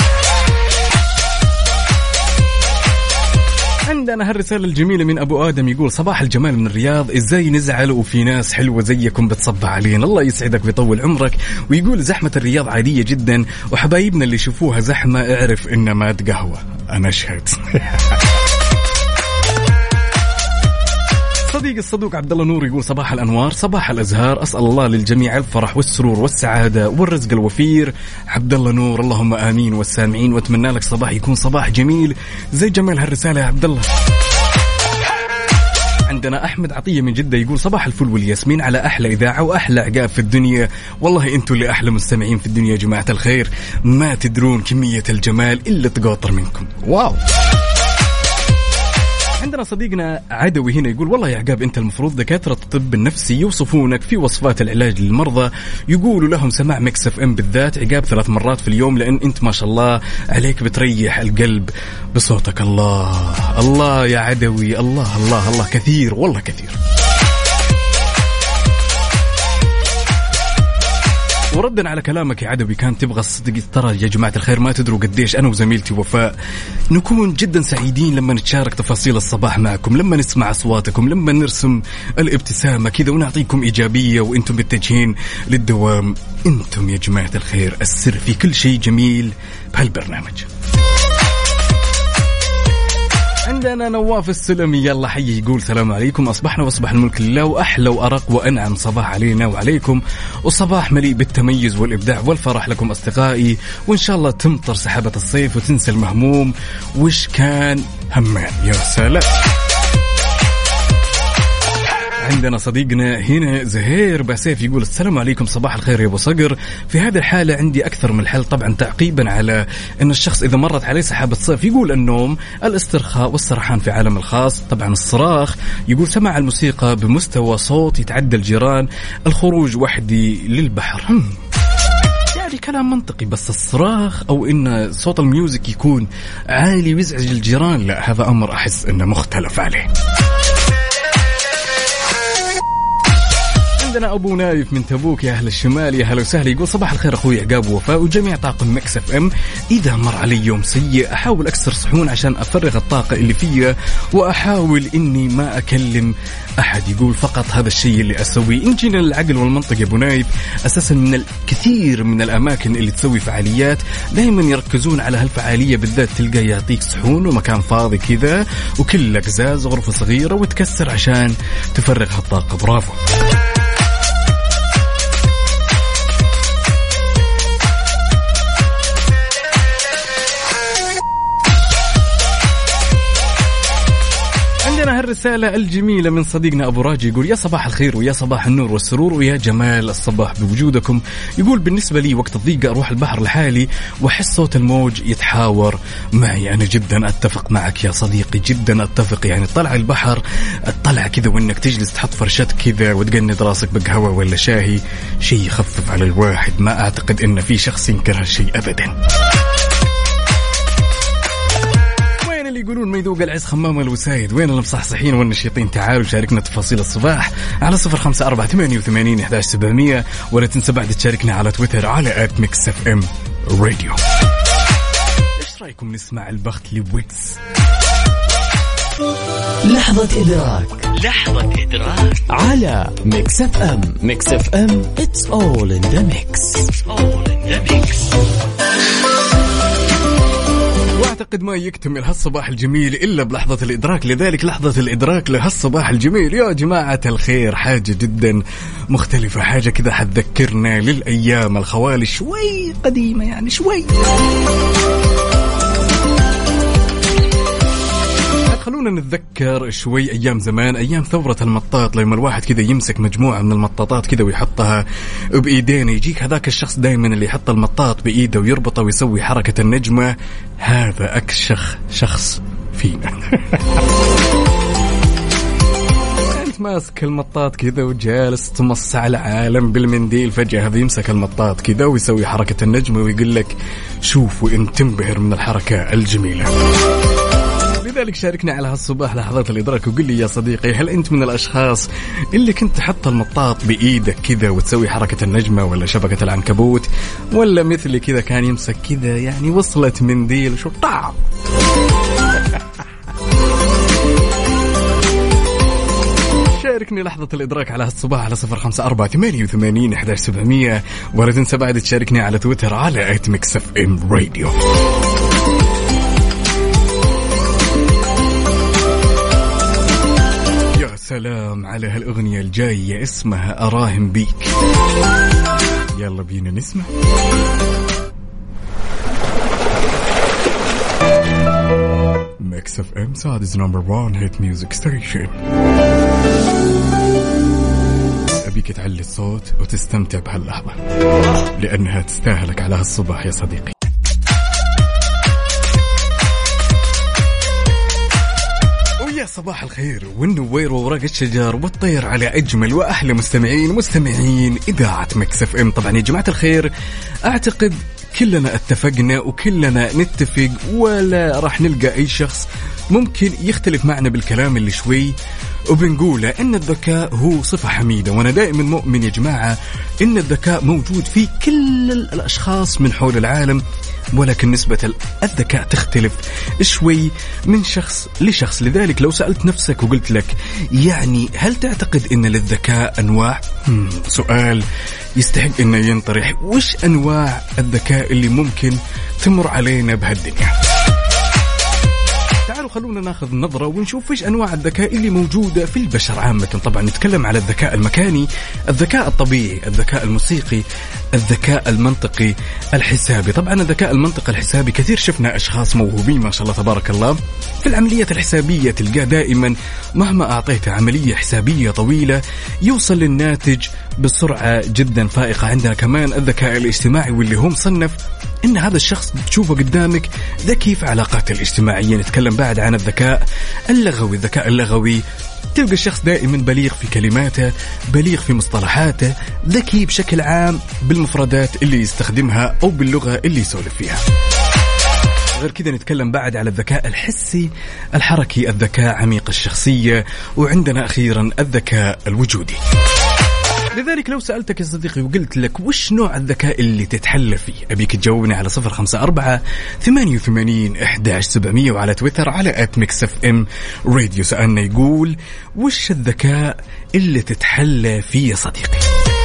S1: عندنا هالرسالة الجميلة من أبو آدم يقول صباح الجمال من الرياض، إزاي نزعل وفي ناس حلوة زيكم بتصبح علينا. الله يسعدك ويطول عمرك. ويقول زحمة الرياض عادية جدا، وحبايبنا اللي يشوفوها زحمة اعرف إن مات قهوة. أنا أشهد. صديق الصدوق عبد الله نور يقول صباح الأنوار صباح الأزهار، أسأل الله للجميع الفرح والسرور والسعادة والرزق الوفير. عبد الله نور اللهم آمين والسامعين، واتمنى لك صباح يكون صباح جميل زي جمال هالرسالة يا عبد الله. عندنا أحمد عطية من جدة يقول صباح الفل والياسمين على أحلى إذاعة وأحلى عقاب في الدنيا. والله أنتوا اللي أحلى مستمعين في الدنيا يا جماعة الخير، ما تدرون كمية الجمال اللي تقاطر منكم. واو. عندنا صديقنا عدوي هنا يقول والله يا عقاب أنت المفروض دكاترة الطب النفسي يوصفونك في وصفات العلاج للمرضى، يقولوا لهم سماع ميكس اف ام بالذات عقاب ثلاث مرات في اليوم، لأن أنت ما شاء الله عليك بتريح القلب بصوتك. الله الله يا عدوي، الله الله الله كثير والله كثير. وردا على كلامك يا عدوي كان تبغى الصدق، ترى يا جماعة الخير ما تدروا قديش أنا وزميلتي وفاء نكون جدا سعيدين لما نتشارك تفاصيل الصباح معكم، لما نسمع أصواتكم، لما نرسم الابتسامة كذا ونعطيكم إيجابية وإنتم متجهين للدوام. إنتم يا جماعة الخير السر في كل شيء جميل بهالبرنامج. عندنا نواف السلمي يلا حي يقول السلام عليكم، أصبحنا وأصبح الملك لله، وأحلى وأرق وأنعم صباح علينا وعليكم، والصباح مليء بالتميز والإبداع والفرح لكم أصدقائي، وإن شاء الله تمطر سحابة الصيف وتنسى المهموم وش كان همان. يا سلام. عندنا صديقنا هنا زهير باسيف يقول السلام عليكم صباح الخير يا ابو صقر، في هذه الحالة عندي أكثر من حل، طبعا تعقيبا على أن الشخص إذا مرت عليه سحابة صيف يقول النوم، الاسترخاء والسرحان في عالم الخاص، طبعا الصراخ، يقول سماع الموسيقى بمستوى صوت يتعدى الجيران، الخروج وحدي للبحر. يعني كلام منطقي، بس الصراخ أو إن صوت الميوزك يكون عالي ويزعج الجيران لا، هذا أمر أحس إنه مختلف عليه. عندنا أبو نايف من تبوك يا أهل الشمال، يا أهلا وسهلا، يقول صباح الخير أخوي عقاب ووفاء وجميع طاقم ميكس اف ام، إذا مر علي يوم سيء أحاول أكسر صحون عشان أفرغ الطاقة اللي فيها، وأحاول إني ما أكلم أحد، يقول فقط هذا الشيء اللي أسويه. إن جينا للعقل والمنطق يا أبو نايف، أساسا من الكثير من الأماكن اللي تسوي فعاليات دائما يركزون على هالفعالية بالذات، تلقى يعطيك صحون ومكان فاضي كذا وكل قزاز غرفة صغيرة وتكسر عشان تفرغ هالطاقة. برافو. الرسالة الجميلة من صديقنا أبو راجي يقول يا صباح الخير ويا صباح النور والسرور ويا جمال الصباح بوجودكم، يقول بالنسبة لي وقت الضيقة أروح البحر لحالي وأحس صوت الموج يتحاور معي. أنا جدا أتفق معك يا صديقي، جدا أتفق، يعني طلع البحر الطلع كذا وإنك تجلس تحط فرشات كذا وتقند راسك بقهوة ولا شاهي شيء يخفف على الواحد، ما أعتقد إن في شخص ينكر هالشيء أبدا. اللي يقولون ما يذوق العز خمام الوسايد، وين المصحصحين والنشيطين؟ تعالوا شاركنا تفاصيل الصباح على صفر خمسة أربعة ثمانية وثمانين أحد عشر سبعمية، ولا تنسى بعد تشاركنا على تويتر على آت ميكس اف ام راديو. ايش رايكم نسمع البخت لويكس؟
S4: لحظة إدراك، لحظة إدراك على ميكس اف ام. ميكس اف ام it's all in the mix. It's all in the mix.
S1: واعتقد ما يكتمل هالصباح الجميل إلا بلحظة الإدراك، لذلك لحظة الإدراك لهالصباح الجميل يا جماعة الخير حاجة جدا مختلفة، حاجة كذا حتذكرنا للأيام الخوالي شوي قديمة، يعني شوي. خلونا نتذكر شوي أيام زمان، أيام ثورة المطاط، لما الواحد كذا يمسك مجموعة من المطاطات كذا ويحطها بإيدينا، يجيك هذاك الشخص دائما اللي يحط المطاط بإيده ويربطه ويسوي حركة النجمة، هذا أكشخ شخص فينا. أنت ماسك المطاط كذا وجالس تمص على العالم بالمنديل، فجأة هذا يمسك المطاط كذا ويسوي حركة النجمة ويقول لك شوف، وإن تنبهر من الحركة الجميلة. لذلك شاركنا على هالصباح لحظات الإدراك وقل لي يا صديقي، هل أنت من الأشخاص اللي كنت تحط المطاط بإيدك كذا وتسوي حركة النجمة ولا شبكة العنكبوت، ولا مثلي كذا كان يمسك كذا يعني وصلت منديل شو طعم؟ شاركني لحظة الإدراك على هالصباح على صفر خمسة أربعة ثمانية وثمانين أحد عشر سبعمية، ولا تنسى بعد تشاركني على تويتر على آت ميكس اف ام راديو. سلام على هالأغنية الجاية اسمها أراهن بيك، يلا بينا نسمع. ميكس اف ام سعوديز نمبر وان هيت ميوزك ستيشن. أبيك تعلي الصوت وتستمتع بهاللحظة لأنها تستاهلك على هالصباح يا صديقي. صباح الخير والنوير وورق الشجر والطير على أجمل وأحلى مستمعين مستمعين إذاعة مكس اف ام. طبعا يا جماعة الخير أعتقد كلنا اتفقنا وكلنا نتفق ولا راح نلقى أي شخص ممكن يختلف معنا بالكلام اللي شوي وبنقوله إن الذكاء هو صفة حميدة. وأنا دائما مؤمن يا جماعة إن الذكاء موجود في كل الأشخاص من حول العالم، ولكن نسبة الذكاء تختلف شوي من شخص لشخص. لذلك لو سألت نفسك وقلت لك يعني هل تعتقد إن للذكاء أنواع؟ سؤال يستحق إنه ينطرح. وش أنواع الذكاء اللي ممكن تمر علينا بهالدنيا؟ تعالوا خلونا ناخذ نظرة ونشوف إيش أنواع الذكاء اللي موجودة في البشر عامة. طبعا نتكلم على الذكاء المكاني، الذكاء الطبيعي، الذكاء الموسيقي، الذكاء المنطقي، الحسابي. طبعا الذكاء المنطقي الحسابي كثير شفنا أشخاص موهوبين ما شاء الله تبارك الله في العملية الحسابية، تلقاه دائما مهما أعطيته عملية حسابية طويلة يوصل للناتج بسرعة جدا فائقة. عندنا كمان الذكاء الاجتماعي واللي هو مصنف إن هذا الشخص تشوفه قدامك ذكي في علاقاته الاجتماعية. نتكلم بعد عن الذكاء اللغوي. الذكاء اللغوي تلقى الشخص دائما بليغ في كلماته، بليغ في مصطلحاته، ذكي بشكل عام بالمفردات اللي يستخدمها أو باللغة اللي يسولف فيها. غير كذا نتكلم بعد على الذكاء الحسي الحركي، الذكاء عميق الشخصية، وعندنا أخيرا الذكاء الوجودي. لذلك لو سألتك يا صديقي وقلت لك وش نوع الذكاء اللي تتحلى فيه، أبيك تجاوبني على صفر خمسة أربعة ثمانية وثمانين أحد عشر سبعمية وعلى تويتر على آت ميكس اف ام راديو. سألنا يقول وش الذكاء اللي تتحلى فيه يا صديقي؟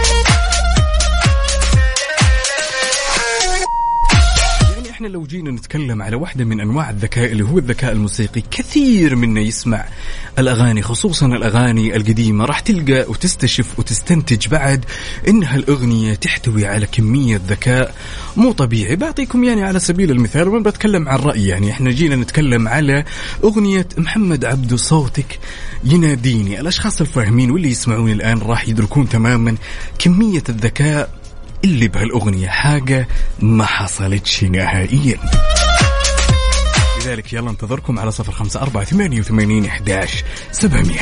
S1: احنا لو جينا نتكلم على واحدة من أنواع الذكاء اللي هو الذكاء الموسيقي، كثير منا يسمع الأغاني خصوصا الأغاني القديمة، راح تلقى وتستشف وتستنتج بعد إنها الأغنية تحتوي على كمية ذكاء مو طبيعي. بعطيكم يعني على سبيل المثال وأنا بتكلم عن رأيي، يعني احنا جينا نتكلم على أغنية محمد عبده صوتك يناديني. الأشخاص الفاهمين واللي يسمعوني الآن راح يدركون تماما كمية الذكاء اللي بهالأغنية، حاجة ما حصلتش نهائيا. لذلك يلا انتظركم على صفر خمسة أربعة ثمانية وثمانين أحد عشر سبعمية.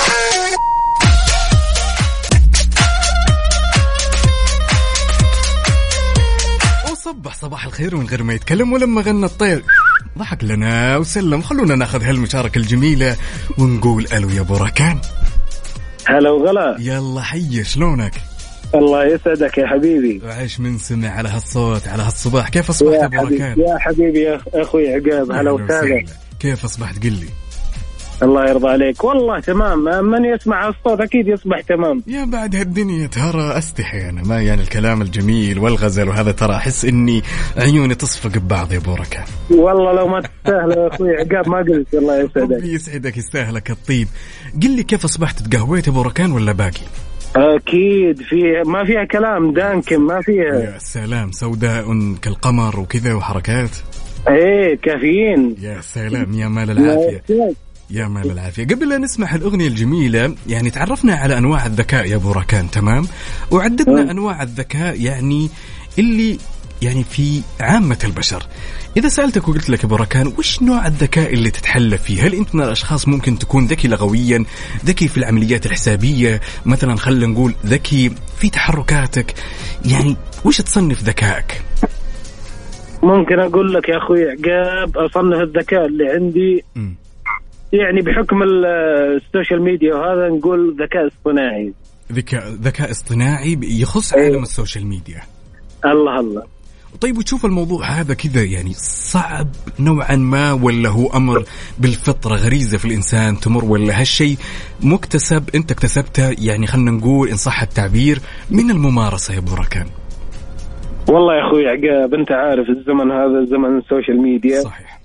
S1: وصبح صباح الخير من غير ما يتكلم، ولما غنى الطير ضحك لنا وسلم. خلونا ناخذ هالمشاركة الجميلة ونقول ألو يا بوركان.
S7: هلا وغلا.
S1: يلا حي، شلونك؟
S7: الله يسعدك يا حبيبي.
S1: وعيش من سمع على هالصوت على هالصباح. كيف أصبحت يا بوركان؟
S7: يا حبيبي يا أخوي عقاب، هلا وسهلا.
S1: كيف أصبحت قل لي؟
S7: الله يرضى عليك. والله تمام، من يسمع الصوت أكيد يصبح تمام.
S1: يا بعد هالدنيا ترى أستحي أنا ما يعني الكلام الجميل والغزل وهذا، ترى أحس إني عيوني تصفق ببعض يا بوركان.
S7: والله لو ما تستاهل يا أخوي عقاب ما قلت. الله يسعدك.
S1: ربي يسعدك، يستاهلك الطيب. قل لي كيف أصبحت، تقهويت يا بوركان ولا باقي؟
S7: أكيد في، ما فيها كلام، دانكم ما فيها.
S1: يا سلام، سوداء كالقمر وكذا وحركات.
S7: إيه كافيين.
S1: يا سلام، يا مال العافية يا مال العافية. قبل لا نسمع الأغنية الجميلة يعني تعرفنا على أنواع الذكاء يا بوركان، تمام؟ وعددنا م. أنواع الذكاء يعني اللي يعني في عامة البشر. إذا سألتك وقلت لك يا بوركان وش نوع الذكاء اللي تتحلى فيه، هل أنت من الأشخاص ممكن تكون ذكي لغويا، ذكي في العمليات الحسابية مثلا، خلينا نقول ذكي في تحركاتك، يعني وش تصنف ذكائك؟
S7: ممكن أقول لك يا أخوي عقاب أصنف الذكاء اللي عندي م. يعني بحكم السوشيال ميديا وهذا نقول ذكاء اصطناعي.
S1: ذكاء ذكاء اصطناعي يخص عالم أيه. السوشيال ميديا.
S7: الله الله.
S1: طيب وتشوف الموضوع هذا كذا يعني صعب نوعا ما، ولا هو أمر بالفطرة غريزة في الإنسان تمر، ولا هالشيء مكتسب أنت اكتسبته يعني خلنا نقول إن صح التعبير من الممارسة يا بوركان؟
S7: والله يا أخوي عقاب أنت عارف الزمن هذا زمن السوشيال ميديا.
S1: صحيح.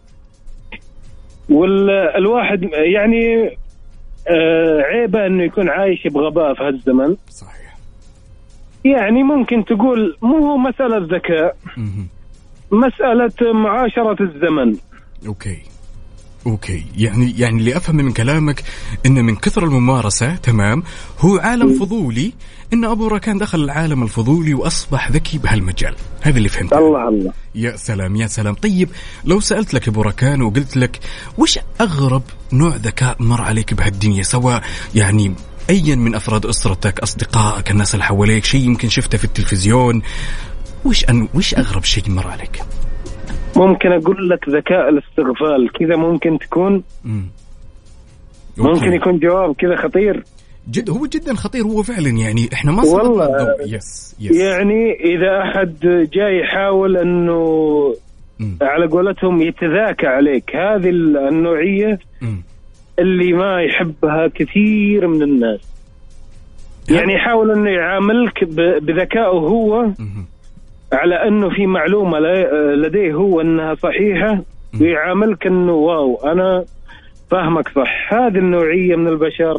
S7: والواحد يعني آه عيبه أنه يكون عايش بغباء في هالزمن.
S1: صحيح.
S7: يعني ممكن تقول مو هو مسألة ذكاء، مسألة معاشرة الزمن.
S1: أوكي. أوكي، يعني يعني اللي أفهم من كلامك إن من كثر الممارسة تمام هو عالم فضولي، إن أبو ركان دخل العالم الفضولي وأصبح ذكي بهالمجال، هذا اللي فهمته.
S7: الله الله.
S1: يا سلام يا سلام. طيب لو سألت لك أبو ركان وقلت لك وش أغرب نوع ذكاء مر عليك بهالدنيا، سواء يعني أيا من أفراد أسرتك، أصدقائك، الناس اللي حواليك، شيء يمكن شفته في التلفزيون، وش أن وش أغرب شيء مر عليك؟
S7: ممكن أقول لك ذكاء الاستغفال كذا، ممكن تكون مم. ممكن يكون جواب كذا خطير
S1: جد. هو جدا خطير، هو فعلا يعني احنا ما
S7: والله
S1: يس يس.
S7: يعني إذا أحد جاي يحاول أنه مم. على قولتهم يتذاكى عليك، هذه النوعية مم. اللي ما يحبها كثير من الناس، يعني يحاول أنه يعاملك بذكائه هو مم. على أنه في معلومة لديه هو أنها صحيحة، ويعاملك أنه واو أنا فاهمك صح. هذه النوعية من البشر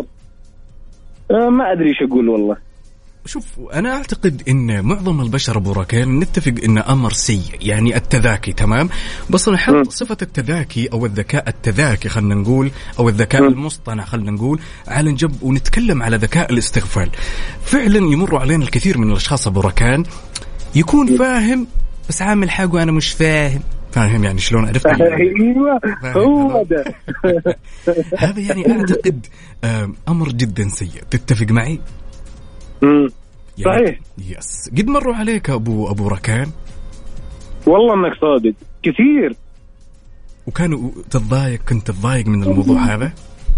S7: ما أدري إيش أقول والله.
S1: شوف أنا أعتقد إن معظم البشر أبو ركان نتفق إن أمر سيء، يعني التذاكي تمام، بس نحط صفة التذاكي أو الذكاء التذاكي خلنا نقول، أو الذكاء م. المصطنع خلنا نقول على جنب، ونتكلم على ذكاء الاستغفال. فعلا يمر علينا الكثير من الأشخاص أبو ركان يكون فاهم بس عامل حاجة أنا مش فاهم. فاهم يعني شلون عرفت؟
S7: ايوه هو ده.
S1: هذا يعني اعتقد امر جدا سيء، تتفق معي؟
S7: امم صحيح.
S1: يس. قد مروا عليك ابو ابو ركان؟
S7: والله انك صادق كثير.
S1: وكانوا تتضايق، كنت تتضايق من الموضوع هذا؟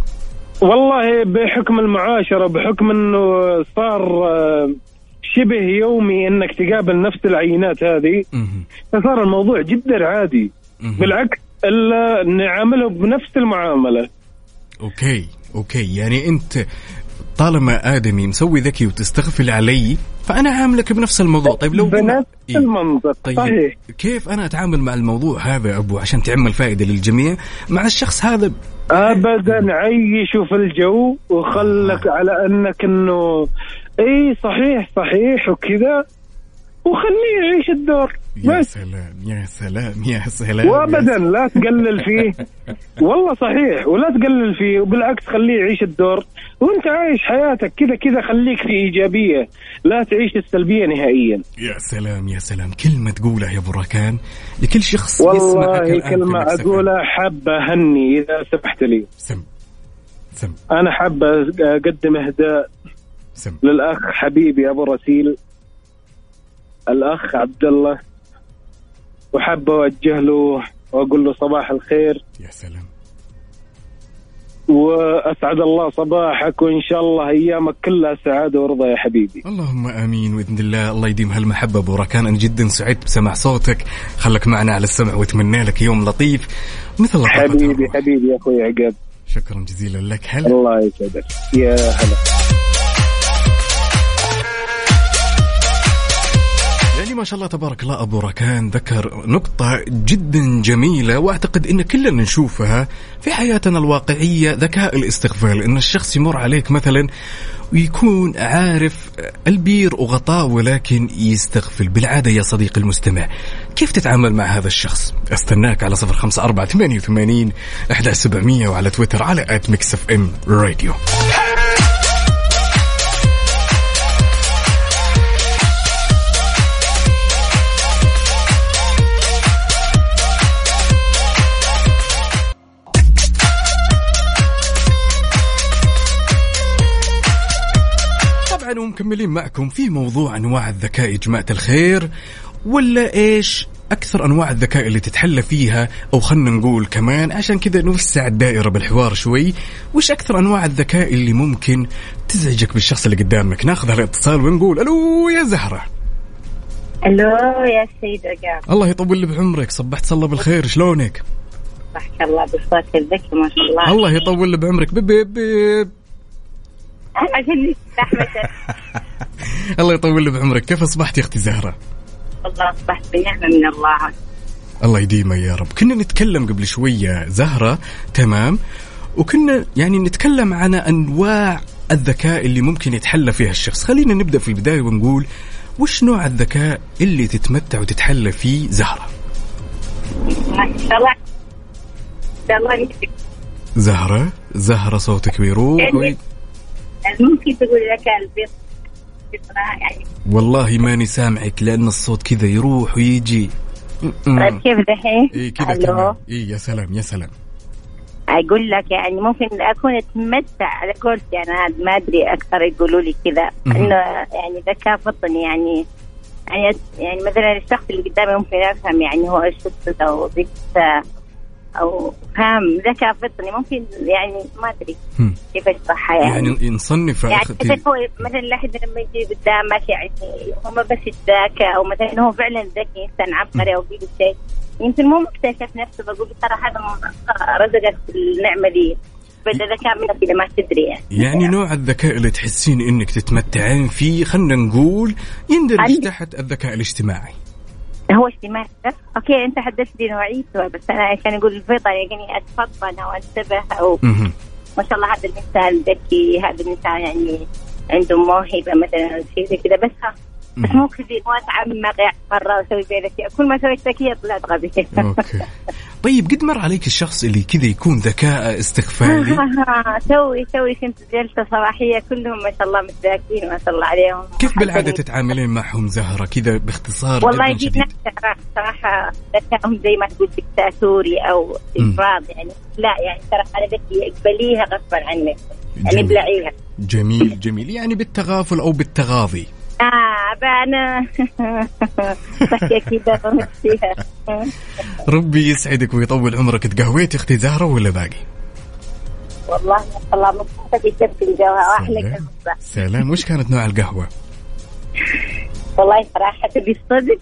S7: والله بحكم المعاشرة، بحكم انه صار شبه يومي انك تقابل نفس العينات هذه، فصار الموضوع جدا عادي. بالعكس الا نعامله بنفس المعامله.
S1: اوكي اوكي يعني انت طالما ادمي مسوي ذكي وتستغفل علي، فانا عاملك بنفس الموضوع. طيب لو
S7: بنفس إيه؟ المنطق.
S1: طيب
S7: صحيح.
S1: كيف انا اتعامل مع الموضوع هذا ابو عشان تعمل فائده للجميع مع الشخص هذا؟
S7: ابدا عيشه في الجو وخلك آه. على انك انه اي صحيح صحيح وكذا، وخليه يعيش الدور.
S1: يا سلام يا سلام يا سلام.
S7: وابدا لا تقلل فيه. والله صحيح، ولا تقلل فيه، وبالعكس خليه يعيش الدور، وانت عايش حياتك كذا كذا، خليك في ايجابيه، لا تعيش السلبيه نهائيا.
S1: يا سلام يا سلام. كلمه تقولها يا ابو ركان لكل شخص
S7: والله يسمعك. كلمه اقولها، حابه هني اذا سمحت لي.
S1: سم سم.
S7: انا حابه اقدم اهداء سم. للاخ حبيبي ابو رسيل، الأخ عبد الله، وحابة أوجه له وأقول له صباح الخير.
S1: يا سلام.
S7: وأسعد الله صباحك، وإن شاء الله أيامك كلها سعادة ورضا يا حبيبي.
S1: اللهم آمين وإذن الله. الله يديم هالمحبة أبو ركان. أنا جدا سعيد بسمع صوتك، خلك معنا على السمع، واتمنى لك يوم لطيف مثل لطيفة
S7: حبيبي حبيبي يا أخوي عقاب.
S1: شكرا جزيلا لك. هلا.
S7: الله يسعدك. يا هلا.
S1: يعني ما شاء الله تبارك الله أبو ركان ذكر نقطة جدا جميلة، وأعتقد إن كلنا نشوفها في حياتنا الواقعية، ذكاء الاستغفال. إن الشخص يمر عليك مثلا ويكون عارف البير وغطاء ولكن يستغفل. بالعادة يا صديقي المستمع كيف تتعامل مع هذا الشخص؟ استناك على صفر خمسة أربعة ثمانية وثمانين أحد سبعمية وعلى تويتر على آت ميكس اف ام راديو. ومكملين معكم في موضوع أنواع الذكاء يا جماعة الخير، ولا إيش أكثر أنواع الذكاء اللي تتحلى فيها، أو خلنا نقول كمان عشان كذا نوسع الدائرة بالحوار شوي، وش أكثر أنواع الذكاء اللي ممكن تزعجك بالشخص اللي قدامك؟ ناخذ هالاتصال ونقول ألو يا زهرة.
S13: ألو يا سيد عقاب.
S1: الله يطول لي بعمرك، صبحت صلى بالخير، شلونك؟
S13: صحك الله بالصوت الذكي ما شاء الله.
S1: الله يطول لي بعمرك. بيب بيب بيب.
S13: عشان
S1: الله يطول لي بعمرك. كيف أصبحت يا أختي زهرة؟
S13: والله أصبحت بنعمة من الله.
S1: الله يديمه يا رب. كنا نتكلم قبل شوية زهرة تمام، وكنا يعني نتكلم عن أنواع الذكاء اللي ممكن يتحلى فيها الشخص. خلينا نبدأ في البداية ونقول وش نوع الذكاء اللي تتمتع وتتحلى فيه زهرة؟
S13: ما شاء الله. الله يهديك.
S1: زهرة زهرة صوتك بيروح
S13: يعني
S1: وي...
S13: ممكن تقول لك البيض يعني.
S1: والله ماني سامعك لأن الصوت كذا يروح ويجي.
S13: طيب كيف دحين؟
S1: إيه كذا تمام. إيه يا سلام يا سلام.
S13: أقول لك يعني ممكن أكون أتمتع على قولتي أنا ما أدري أكثر يقولوا لي كذا إنه يعني ذكاء فطني يعني يعني يعني مثلا الشخص اللي قدامي ممكن أفهم يعني هو إيش قصته أو بيت أو فهم ذكاء فطني ممكن يعني ما أدري كيف أشرحها يعني
S1: يعني نصنف
S13: يعني
S1: أختي
S13: مثلا هو مثلا الواحد لما يجي قدامك يعني هو ما بس الذكاء أو مثلا هو فعلا ذكي إنسان عبقري أو بيده شيء يمكن مو مكتشف نفسه بقول ترى هذا رزقك النعمة دي بدأ ذكاء منك إذا ما تدري يعني.
S1: يعني نوع الذكاء اللي تحسين إنك تتمتعين فيه خلنا نقول يندرج تحت الذكاء الاجتماعي.
S13: هو اجتماعي أوكي أنت حدثتني نوعيته بس أنا عشان أقول الفطرة يعني أتفطن أو أنتبه أو ما شاء الله هذا الإنسان ذكي هذا الإنسان يعني عنده موهبة مثلا شيء زي كذا بس ها بس مو كذي مو أتعمق يعني مرة وسوي بينك كل ما سويت ذكية طلعت غبي.
S1: أوكي. طيب قد مر عليك الشخص اللي كذا يكون ذكاء استغفالي؟
S13: سوي سوي كنت جلسة صباحية كلهم ما شاء الله متذاكرين ما شاء الله عليهم.
S1: كيف بالعادة تتعاملين معهم زهرة كذا باختصار؟
S13: والله جدا صراحة ذكاءهم زي ما تقول دكتاتوري أو إفراط يعني لا يعني ترى أنا ذكي اقبليها غصبا عنك يعني ابلعيها.
S1: جميل جميل يعني بالتغافل أو بالتغاضي.
S13: آه أنا صحيح كذا فيها.
S1: ربي يسعدك ويطول عمرك. تقهويتي أختي زهرة ولا باقي؟
S13: والله ما شاء الله مبسوطة جدا في الجوها وأحلى.
S1: سلام. وش كانت نوع القهوة؟
S13: والله صراحة تبي الصدق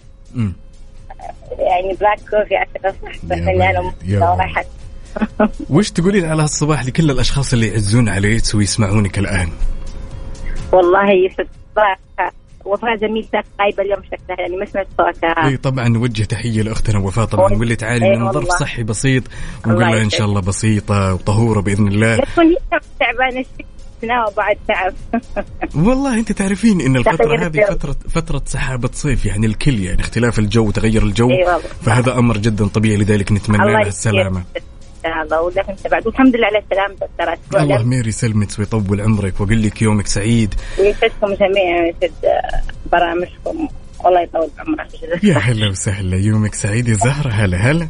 S13: يعني بلاك كوفي عشان أصبح فنانة مصورة.
S1: وش تقولين على هالصباح لكل الأشخاص اللي يعزون عليك ويسمعونك الآن؟
S13: والله يسعد وفاء زميلتك غايبة اليوم شكلها يعني ما سمعت صوتها.
S1: اي طبعا نوجه تحية لأختنا وفاء طبعا واللي تعالي من ظرف صحي بسيط ونقول لها إن شاء الله بسيطة وطهورة بإذن الله.
S13: تكون هي تعبانة سنة وبعد تعب.
S1: والله أنت تعرفين إن الفترة هذه فترة فترة سحابة صيف يعني الكل يعني اختلاف الجو تغير الجو فهذا أمر جدا طبيعي لذلك نتمنى لها السلامة.
S13: الله ولك انت بعد والحمد لله على السلامة دكتورة.
S1: الله ميري سلمت ويطول عمرك وأقول لك يومك سعيد.
S13: ويسعدكم جميعا ويسعد برامجكم والله يطول عمرك.
S1: يا هلا وسهلا يومك سعيد يا زهرة. هلا هلا.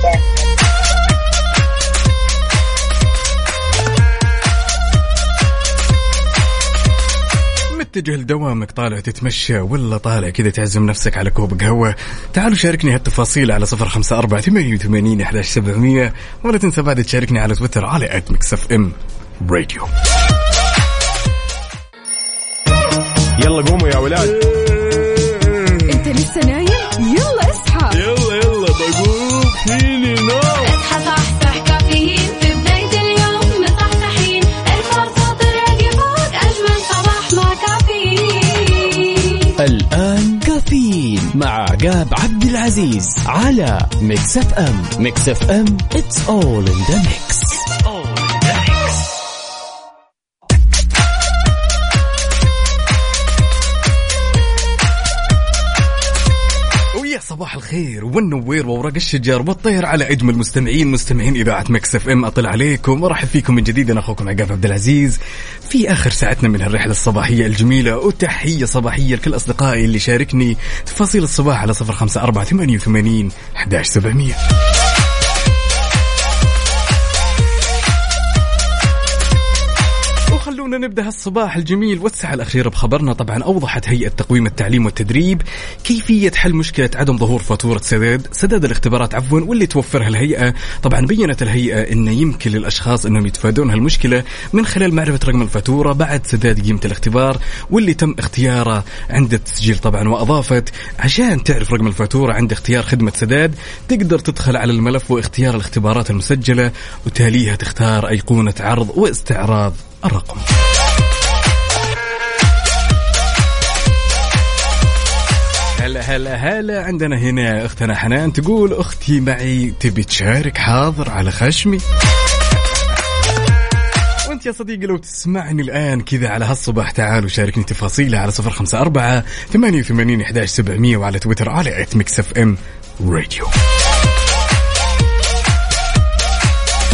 S1: متجه لدوامك طالع تتمشى ولا طالع كذا تعزم نفسك على كوب قهوة تعالوا شاركني هالتفاصيل على صفر خمسة أربعة ثمانية وثمانين أحد عشر سبعمية ولا تنسى بعد تشاركني على تويتر على آت ميكس إف إم راديو.
S9: يلا قوموا يا ولاد.
S2: انت لسه نايم يلا اصحى
S9: يلا يلا بقوم فيني نوم.
S3: اصحى صحصح كافيين في بداية اليوم مصحصحين الفرصة تراقي فوق أجمل صباح مع كافيين.
S4: الآن كافيين مع عقاب عبد العزيز على ميكس اف ام. ميكس اف ام it's all in the mix.
S1: صباح الخير والنوير وورق الشجر والطير على أجمل مستمعين مستمعين إذاعة ميكس إف إم. أطلع عليكم ورحب فيكم من جديد. أنا أخوكم عقاب عبد العزيز في آخر ساعتنا من هالرحلة الصباحية الجميلة وتحية صباحية لكل أصدقائي اللي شاركني تفاصيل الصباح على صفر خمسة أربعة ثمانية وثمانين أحد عشر سبعمية. خلونا نبدأ هالصباح الجميل والساعة الأخيرة بخبرنا. طبعا أوضحت هيئة تقويم التعليم والتدريب كيفية حل مشكلة عدم ظهور فاتورة سداد سداد الاختبارات عفوا واللي توفرها الهيئة. طبعا بيّنت الهيئة أن يمكن للأشخاص أنهم يتفادون هالمشكلة من خلال معرفة رقم الفاتورة بعد سداد قيمة الاختبار واللي تم اختياره عند التسجيل. طبعا وأضافت عشان تعرف رقم الفاتورة عند اختيار خدمة سداد تقدر تدخل على الملف واختيار الاختبارات المسجلة وتاليها تختار أيقونة عرض واستعراض الرقم. هلا هلا هلا. عندنا هنا أختنا حنان تقول أختي معي تبي تشارك حاضر على خشمي. وانت يا صديقي لو تسمعني الآن كذا على هالصباح تعالوا شاركني تفاصيلها على صفر خمسة أربعة ثمانية وثمانين أحد عشر سبعمية وعلى تويتر على آت ميكس إف إم راديو.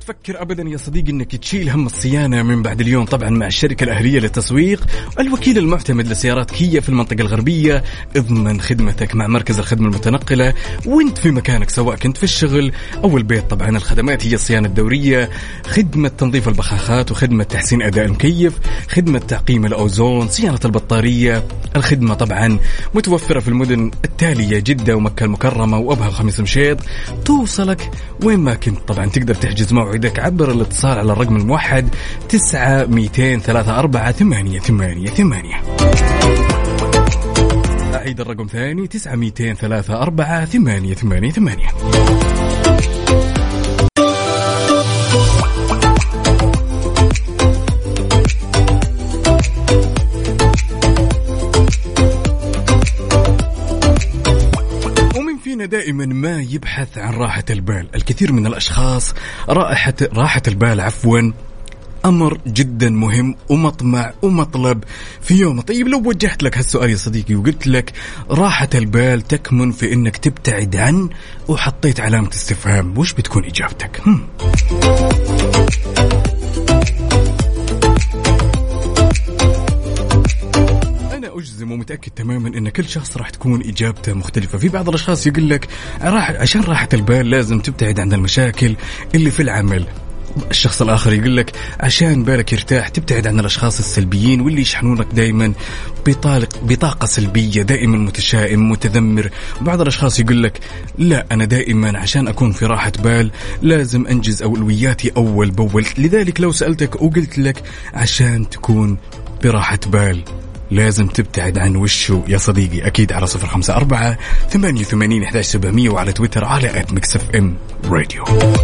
S1: تفكر أبدا يا صديقي أنك تشيل هم الصيانة من بعد اليوم، طبعا مع الشركة الأهلية للتسويق الوكيل المعتمد لسيارات كيا في المنطقة الغربية. اضمن خدمتك مع مركز الخدمة المتنقلة وانت في مكانك، سواء كنت في الشغل أو البيت. طبعا الخدمات هي الصيانة الدورية، خدمة تنظيف البخاخات، وخدمة تحسين أداء المكيف، خدمة تعقيم الأوزون، صيانة البطارية. الخدمة طبعا متوفرة في المدن التالية: جدة ومكة المكرمة وأبها وخميس مشيط. توصلك وين ما كنت. طبعا تقدر تحجز موعدك عبر الاتصال على الرقم الموحد تسعة ميتين ثلاثة أربعة ثمانية ثمانية ثمانية. أعيد الرقم ثاني: تسعة ميتين ثلاثة أربعة ثمانية ثمانية ثمانية. دائما ما يبحث عن راحة البال. الكثير من الأشخاص راحة راحة البال عفوا أمر جدا مهم ومطمع ومطلب في يوم. طيب لو وجهت لك هالسؤال يا صديقي وقلت لك راحة البال تكمن في إنك تبتعد عن، وحطيت علامة استفهام، وش بتكون إجابتك؟ هم. أجزم ومتأكد تماما أن كل شخص راح تكون إجابته مختلفة. في بعض الأشخاص يقول لك راح عشان راحة البال لازم تبتعد عن المشاكل اللي في العمل. الشخص الآخر يقول لك عشان بالك يرتاح تبتعد عن الأشخاص السلبيين واللي يشحنونك دائما بطاقة سلبية، دائما متشائم متذمر. وبعض الأشخاص يقول لك لا، أنا دائما عشان أكون في راحة بال لازم أنجز أولوياتي أول بأول. لذلك لو سألتك وقلت لك عشان تكون براحة بال لازم تبتعد عن وشو يا صديقي، أكيد على صفر خمسة أربعة ثمانية ثمانين إحدى عشر سبعمية وعلى تويتر على آت ميكس إف إم راديو.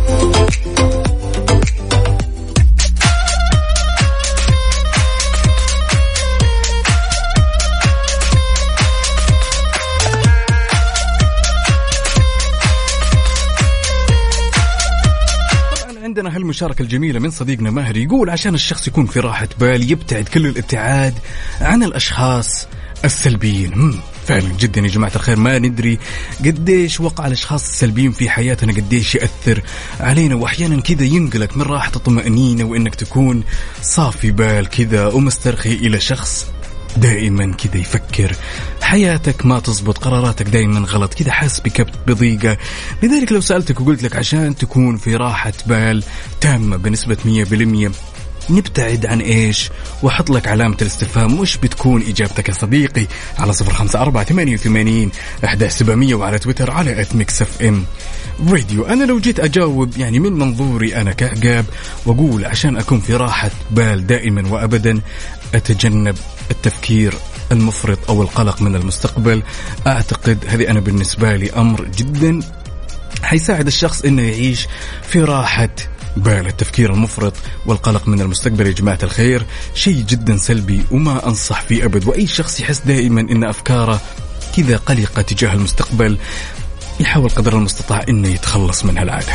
S1: عندنا هالمشاركة الجميلة من صديقنا ماهر، يقول عشان الشخص يكون في راحة بال يبتعد كل الابتعاد عن الأشخاص السلبيين. مم. فعلا جدا يا جماعة الخير، ما ندري قديش وقع الأشخاص السلبيين في حياتنا، قديش يأثر علينا، وأحيانا كذا ينقلك من راحة الطمأنينة وإنك تكون صافي بال كذا ومسترخي إلى شخص دائما كذا يفكر حياتك ما تزبط، قراراتك دائما غلط، كذا حاس بكبت بضيقة. لذلك لو سألتك وقلت لك عشان تكون في راحة بال تامة بنسبة مية بالمية نبتعد عن إيش، وحط لك علامة الاستفهام، وش بتكون إجابتك يا صديقي؟ على صفر خمسة أربعة ثمانية ثمانين إحدى عشر سبعمية وعلى تويتر على آت ميكس إف إم راديو. أنا لو جيت أجاوب يعني من منظوري أنا كعقاب وأقول عشان أكون في راحة بال دائما وأبدا أتجنب التفكير المفرط أو القلق من المستقبل. أعتقد هذه أنا بالنسبة لي أمر جدا حيساعد الشخص إنه يعيش في راحة بال. التفكير المفرط والقلق من المستقبل يا جماعة الخير شيء جدا سلبي وما أنصح فيه أبد. وأي شخص يحس دائما إن أفكاره كذا قلقة تجاه المستقبل يحاول قدر المستطاع إنه يتخلص من هالعادة.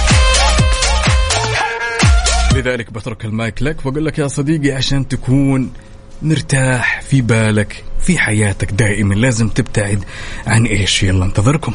S1: لذلك بترك المايك لك وأقول لك يا صديقي عشان تكون مرتاح في بالك في حياتك دائما لازم تبتعد عن إيش. يلا انتظركم.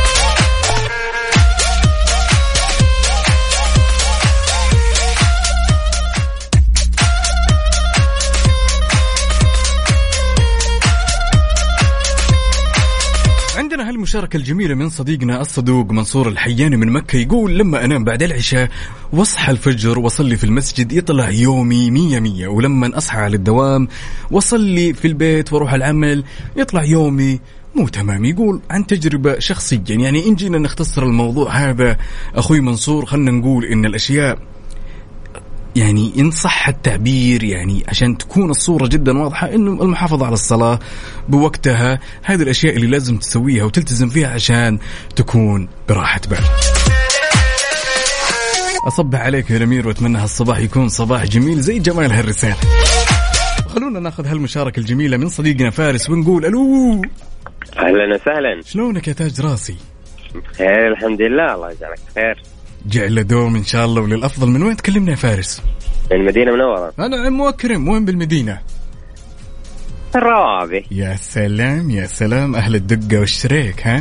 S1: عندنا هالمشاركة الجميلة من صديقنا الصدوق منصور الحياني من مكة، يقول لما أنام بعد العشاء واصحى الفجر وصلي في المسجد يطلع يومي مية مية، ولما أصحى على الدوام وصلي في البيت واروح العمل يطلع يومي مو تمام. يقول عن تجربة شخصية، يعني إن جينا نختصر الموضوع هذا أخوي منصور خلنا نقول إن الأشياء يعني إن صح التعبير يعني عشان تكون الصورة جدا واضحة إنه المحافظة على الصلاة بوقتها، هذه الأشياء اللي لازم تسويها وتلتزم فيها عشان تكون براحة بال. أصبح عليك يا نمير وأتمنى هالصباح يكون صباح جميل زي جمال هالرسالة. خلونا ناخذ هالمشاركة الجميلة من صديقنا فارس ونقول ألو.
S14: أهلا وسهلا.
S1: شلونك يا تاج راسي؟
S14: خير الحمد لله، الله يجعلك خير.
S1: جعل دوم إن شاء الله وللأفضل. من وين تكلمنا يا فارس؟
S14: من المدينة منورة.
S1: أنا عم مكرم. وين بالمدينة؟
S14: الروابي.
S1: يا سلام يا سلام، أهل الدقة والشريك ها؟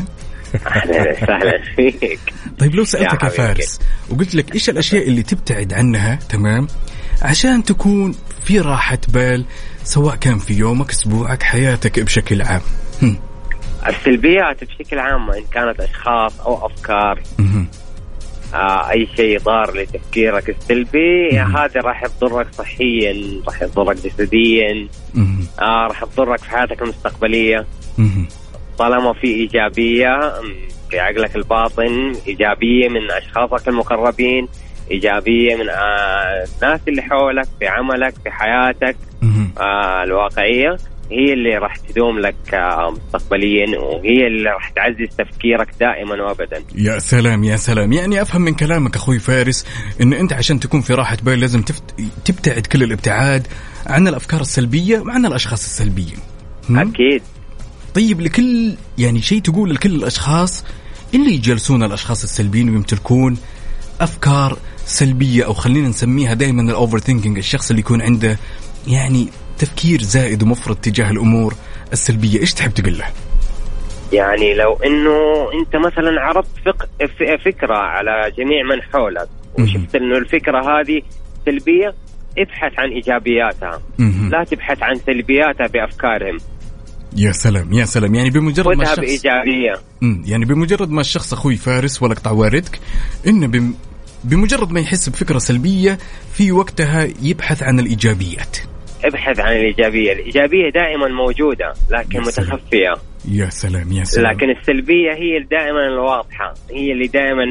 S14: أهلا وسهلا فيك.
S1: طيب لو سألتك يا فارس وقلت لك إيش الأشياء اللي تبتعد عنها تمام عشان تكون في راحة بال سواء كان في يومك أسبوعك حياتك بشكل عام؟ هم.
S14: السلبيات بشكل عام إن كانت أشخاص أو أفكار آه أي شيء ضار لتفكيرك السلبي هذا راح يضرك صحيا راح يضرك جسديا آه راح يضرك في حياتك المستقبلية. طالما في إيجابية في عقلك الباطن إيجابية من أشخاصك المقربين إيجابية من آه الناس اللي حولك في عملك في حياتك آه الواقعية هي اللي راح تدوم لك آه مستقبليا وهي اللي راح تعزز تفكيرك دائما وابدا.
S1: يا سلام يا سلام. يعني أفهم من كلامك أخوي فارس إن أنت عشان تكون في راحة بال لازم تفت... تبتعد كل الابتعاد عن الأفكار السلبية وعن الأشخاص السلبيين.
S14: أكيد.
S1: طيب لكل يعني شيء تقول لكل الأشخاص اللي يجلسون الأشخاص السلبيين ويمتلكون أفكار سلبية أو خلينا نسميها دائما الأوفر ثينكينج الشخص اللي يكون عنده يعني تفكير زائد ومفرط تجاه الأمور السلبية إيش تحب تقول له؟
S14: يعني لو إنه أنت مثلا عرضت فق... فكرة على جميع من حولك وشفت إنه الفكرة هذه سلبية ابحث عن إيجابياتها لا تبحث عن سلبياتها بأفكارهم.
S1: يا سلام يا سلام. يعني بمجرد ما الشخص
S14: بإيجابية
S1: يعني بمجرد ما الشخص أخوي فارس ولا قطع واردك إنه بم... بمجرد ما يحس بفكرة سلبية في وقتها يبحث عن الإيجابيات.
S14: ابحث عن الإيجابية. الإيجابية دائما موجودة لكن
S1: يا
S14: متخفية.
S1: يا سلام يا سلام.
S14: لكن السلبية هي دائما الواضحة هي اللي دائما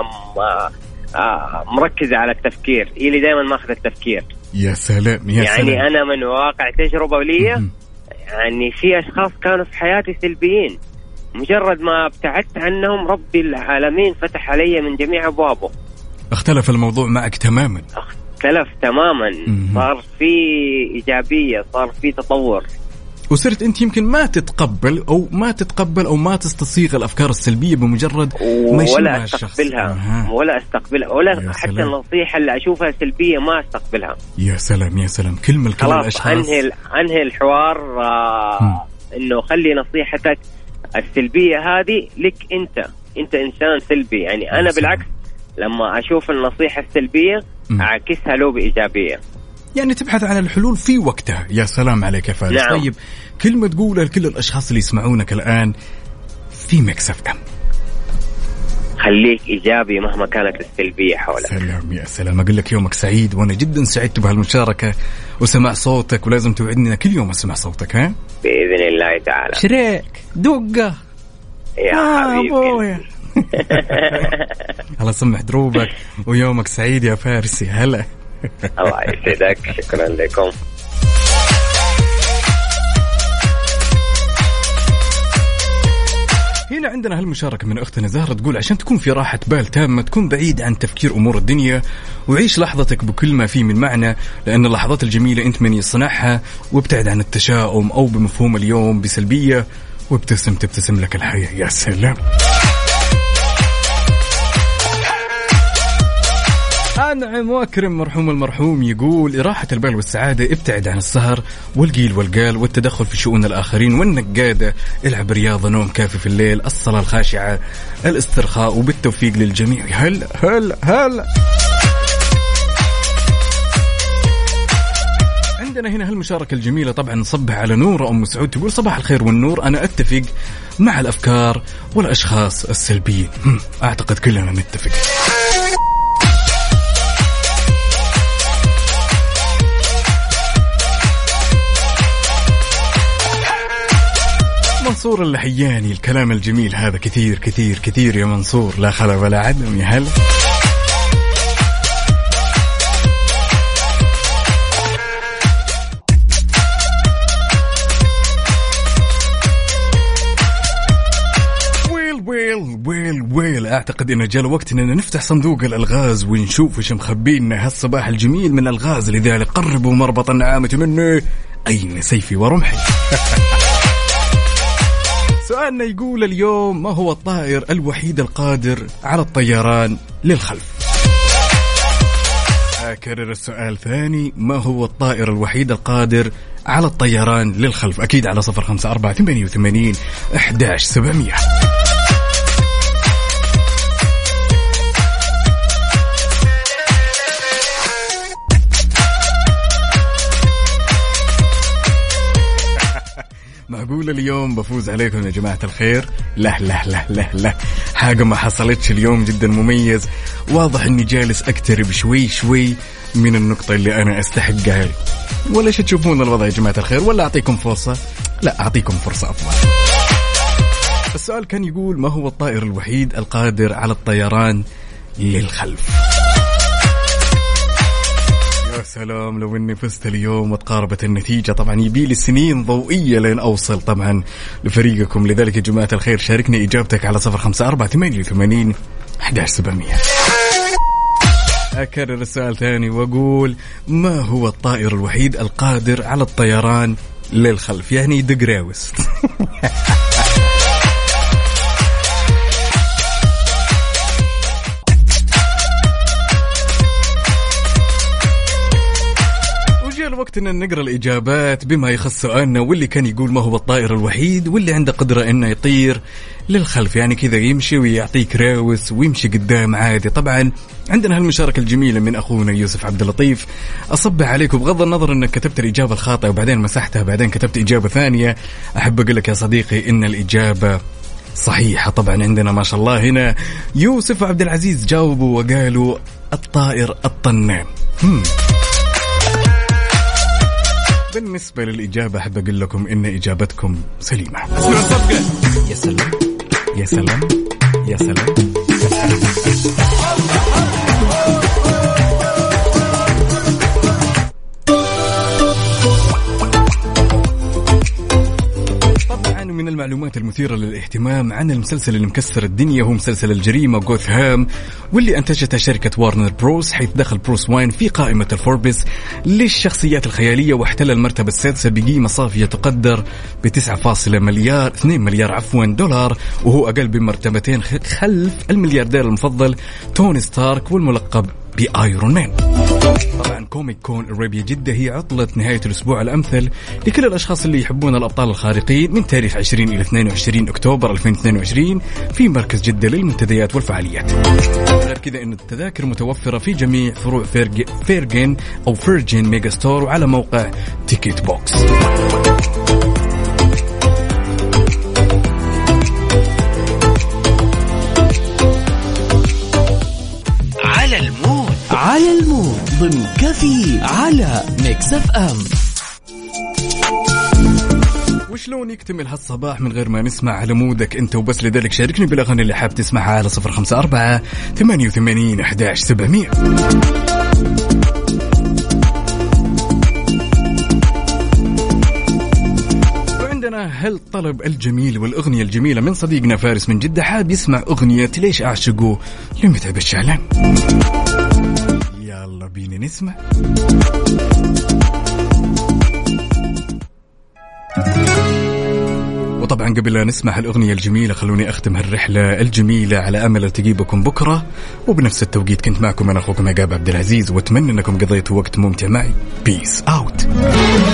S14: مركزة على التفكير هي اللي دائما ماخذ التفكير.
S1: يا سلام يا
S14: يعني
S1: سلام.
S14: أنا من واقع تجربة لي يعني في أشخاص كانوا في حياتي سلبيين مجرد ما ابتعدت عنهم ربي العالمين فتح علي من جميع أبوابه.
S1: اختلف الموضوع معك تماما.
S14: اختلف تماما. م- صار في إيجابية صار في تطور
S1: وصرت أنت يمكن ما تتقبل أو ما تتقبل أو ما تستصيغ الأفكار السلبية بمجرد ما
S14: ولا استقبلها ولا استقبلها ولا حتى النصيحة اللي أشوفها سلبية ما استقبلها.
S1: يا سلام يا سلام. كلمة لكل الأشخاص
S14: أنهي أنهي الحوار آه إنه خلي نصيحتك السلبية هذه لك أنت أنت إنسان سلبي. يعني أنا بالعكس لما أشوف النصيحة السلبية أعكسها له بإيجابية.
S1: يعني تبحث عن الحلول في وقتها. يا سلام عليك يا فارس.
S14: نعم.
S1: طيب كلمة تقولها لكل الأشخاص اللي يسمعونك الآن في ميكس اف ام.
S14: خليك إيجابي مهما كانت السلبية حولك.
S1: سلام يا سلام. أقول لك يومك سعيد وأنا جدا سعدت بهالمشاركة وسمع صوتك ولازم توعدني كل يوم أسمع صوتك. ها
S14: بإذن الله تعالى.
S1: شريك دقة
S14: يا
S1: آه
S14: حبيبي.
S1: الله سمح دروبك ويومك سعيد يا فارسي. هلا.
S14: الله يسعدك. شكرا لكم.
S1: هنا عندنا هالمشاركة من أختنا زهرة تقول عشان تكون في راحة بال تامة تكون بعيد عن تفكير أمور الدنيا وعيش لحظتك بكل ما فيه من معنى لأن اللحظات الجميلة أنت من يصنعها وابتعد عن التشاؤم أو بمفهوم اليوم بسلبية وابتسم تبتسم لك الحياة. يا سلام. أنعم واكرم مرحوم المرحوم يقول راحة البال والسعادة ابتعد عن السهر والقيل والقال والتدخل في شؤون الآخرين والنقادة. العب رياضة نوم كافي في الليل الصلاة الخاشعة الاسترخاء وبالتوفيق للجميع. هلا هلا هلا. عندنا هنا هالمشاركة الجميلة طبعا نصبح على نور أم سعود تقول صباح الخير والنور. أنا أتفق مع الأفكار والأشخاص السلبيين. أعتقد كلنا نتفق. منصور اللحياني الكلام الجميل هذا كثير كثير كثير يا منصور لا خلا ولا عدم. يا هلا. ويل ويل ويل ويل. أعتقد إنه جاء الوقت إننا نفتح صندوق الألغاز ونشوف وش مخبينا هالصباح الجميل من الغاز. لذلك قربوا مربط النعامة مني أين سيفي ورمحي. سؤالنا يقول اليوم ما هو الطائر الوحيد القادر على الطيران للخلف؟ أكرر السؤال ثاني ما هو الطائر الوحيد القادر على الطيران للخلف؟ أكيد على صفر خمسة أربعة ثمانية وثمانين أحد عشر سبعمية. أقول اليوم بفوز عليكم يا جماعة الخير؟ لا لا لا لا لا، حاجة ما حصلتش اليوم، جدا مميز. واضح أني جالس أقترب شوي شوي من النقطة اللي أنا أستحقها. ولا شو تشوفون الوضع يا جماعة الخير؟ ولا أعطيكم فرصة؟ لا، أعطيكم فرصة أفضل. السؤال كان يقول: ما هو الطائر الوحيد القادر على الطيران للخلف؟ يا سلام لو اني فزت اليوم وتقاربت النتيجة. طبعا يبي لي سنين ضوئية لين اوصل طبعا لفريقكم. لذلك يا جماعة الخير شاركني اجابتك على صفر خمسة أربعة ثمانية وثمانين أحد عشر سبعمية. اكرر السؤال ثاني واقول: ما هو الطائر الوحيد القادر على الطيران للخلف؟ يعني دقراوس. وقت إن نقرأ الإجابات بما يخص سؤالنا، واللي كان يقول ما هو الطائر الوحيد واللي عنده قدرة إنه يطير للخلف، يعني كذا يمشي ويعطيك راوس ويمشي قدام عادي. طبعا عندنا هالمشاركة الجميلة من أخونا يوسف عبد اللطيف. أصبح عليكم بغض النظر إنك كتبت الإجابة الخاطئة وبعدين مسحتها بعدين كتبت إجابة ثانية. أحب أقول لك يا صديقي إن الإجابة صحيحة. طبعا عندنا ما شاء الله هنا يوسف عبد العزيز جاوبوا وقالوا الطائر الطنان. هم. بالنسبة للإجابة أحب أقول لكم إن إجابتكم سليمة. يا سلام يا سلام يا سلام. من المعلومات المثيرة للاهتمام عن المسلسل اللي مكسر الدنيا هو مسلسل الجريمة غوثهام، واللي أنتجتها شركة وارنر بروس، حيث دخل بروس واين في قائمة الفوربس للشخصيات الخيالية واحتل المرتبة السادسة بقيمة صافية تقدر بتسعة فاصلة مليار اثنين مليار عفوا دولار، وهو أقل بمرتبتين خلف الملياردير المفضل توني ستارك والملقب بآيرون مان. طبعا كوميك كون أرابيا جدة هي عطلة نهاية الأسبوع الأمثل لكل الأشخاص اللي يحبون الأبطال الخارقين من تاريخ عشرين إلى اثنين وعشرين أكتوبر ألفين واثنين وعشرين في مركز جدة للمنتديات والفعاليات. غير كذا إن التذاكر متوفرة في جميع فروع فيرج... فيرجن أو فيرجن ميجا ستور وعلى موقع تيكيت بوكس.
S4: على المود على المود ضمن كفي على ميكس اف ام.
S1: وشلون يكتمل هالصباح من غير ما نسمع على مودك انت وبس؟ لذلك شاركني بالاغاني اللي حاب تسمعها على صفر خمسة أربعة ثمانية وثمانين أحد عشر سبعمية. وعندنا هالطلب الجميل والأغنية الجميلة من صديقنا فارس من جدة، حاب يسمع أغنية ليش أعشقه لمتعب الشعلان. يلا بينا نسمع. وطبعا قبل لا نسمع الأغنية الجميلة خلوني أختم هالرحلة الجميلة على أمل التقي بكم بكرة وبنفس التوقيت. كنت معكم أنا أخوكم عقاب عبد العزيز، وأتمنى أنكم قضيتوا وقت ممتع معي. بيس أوت.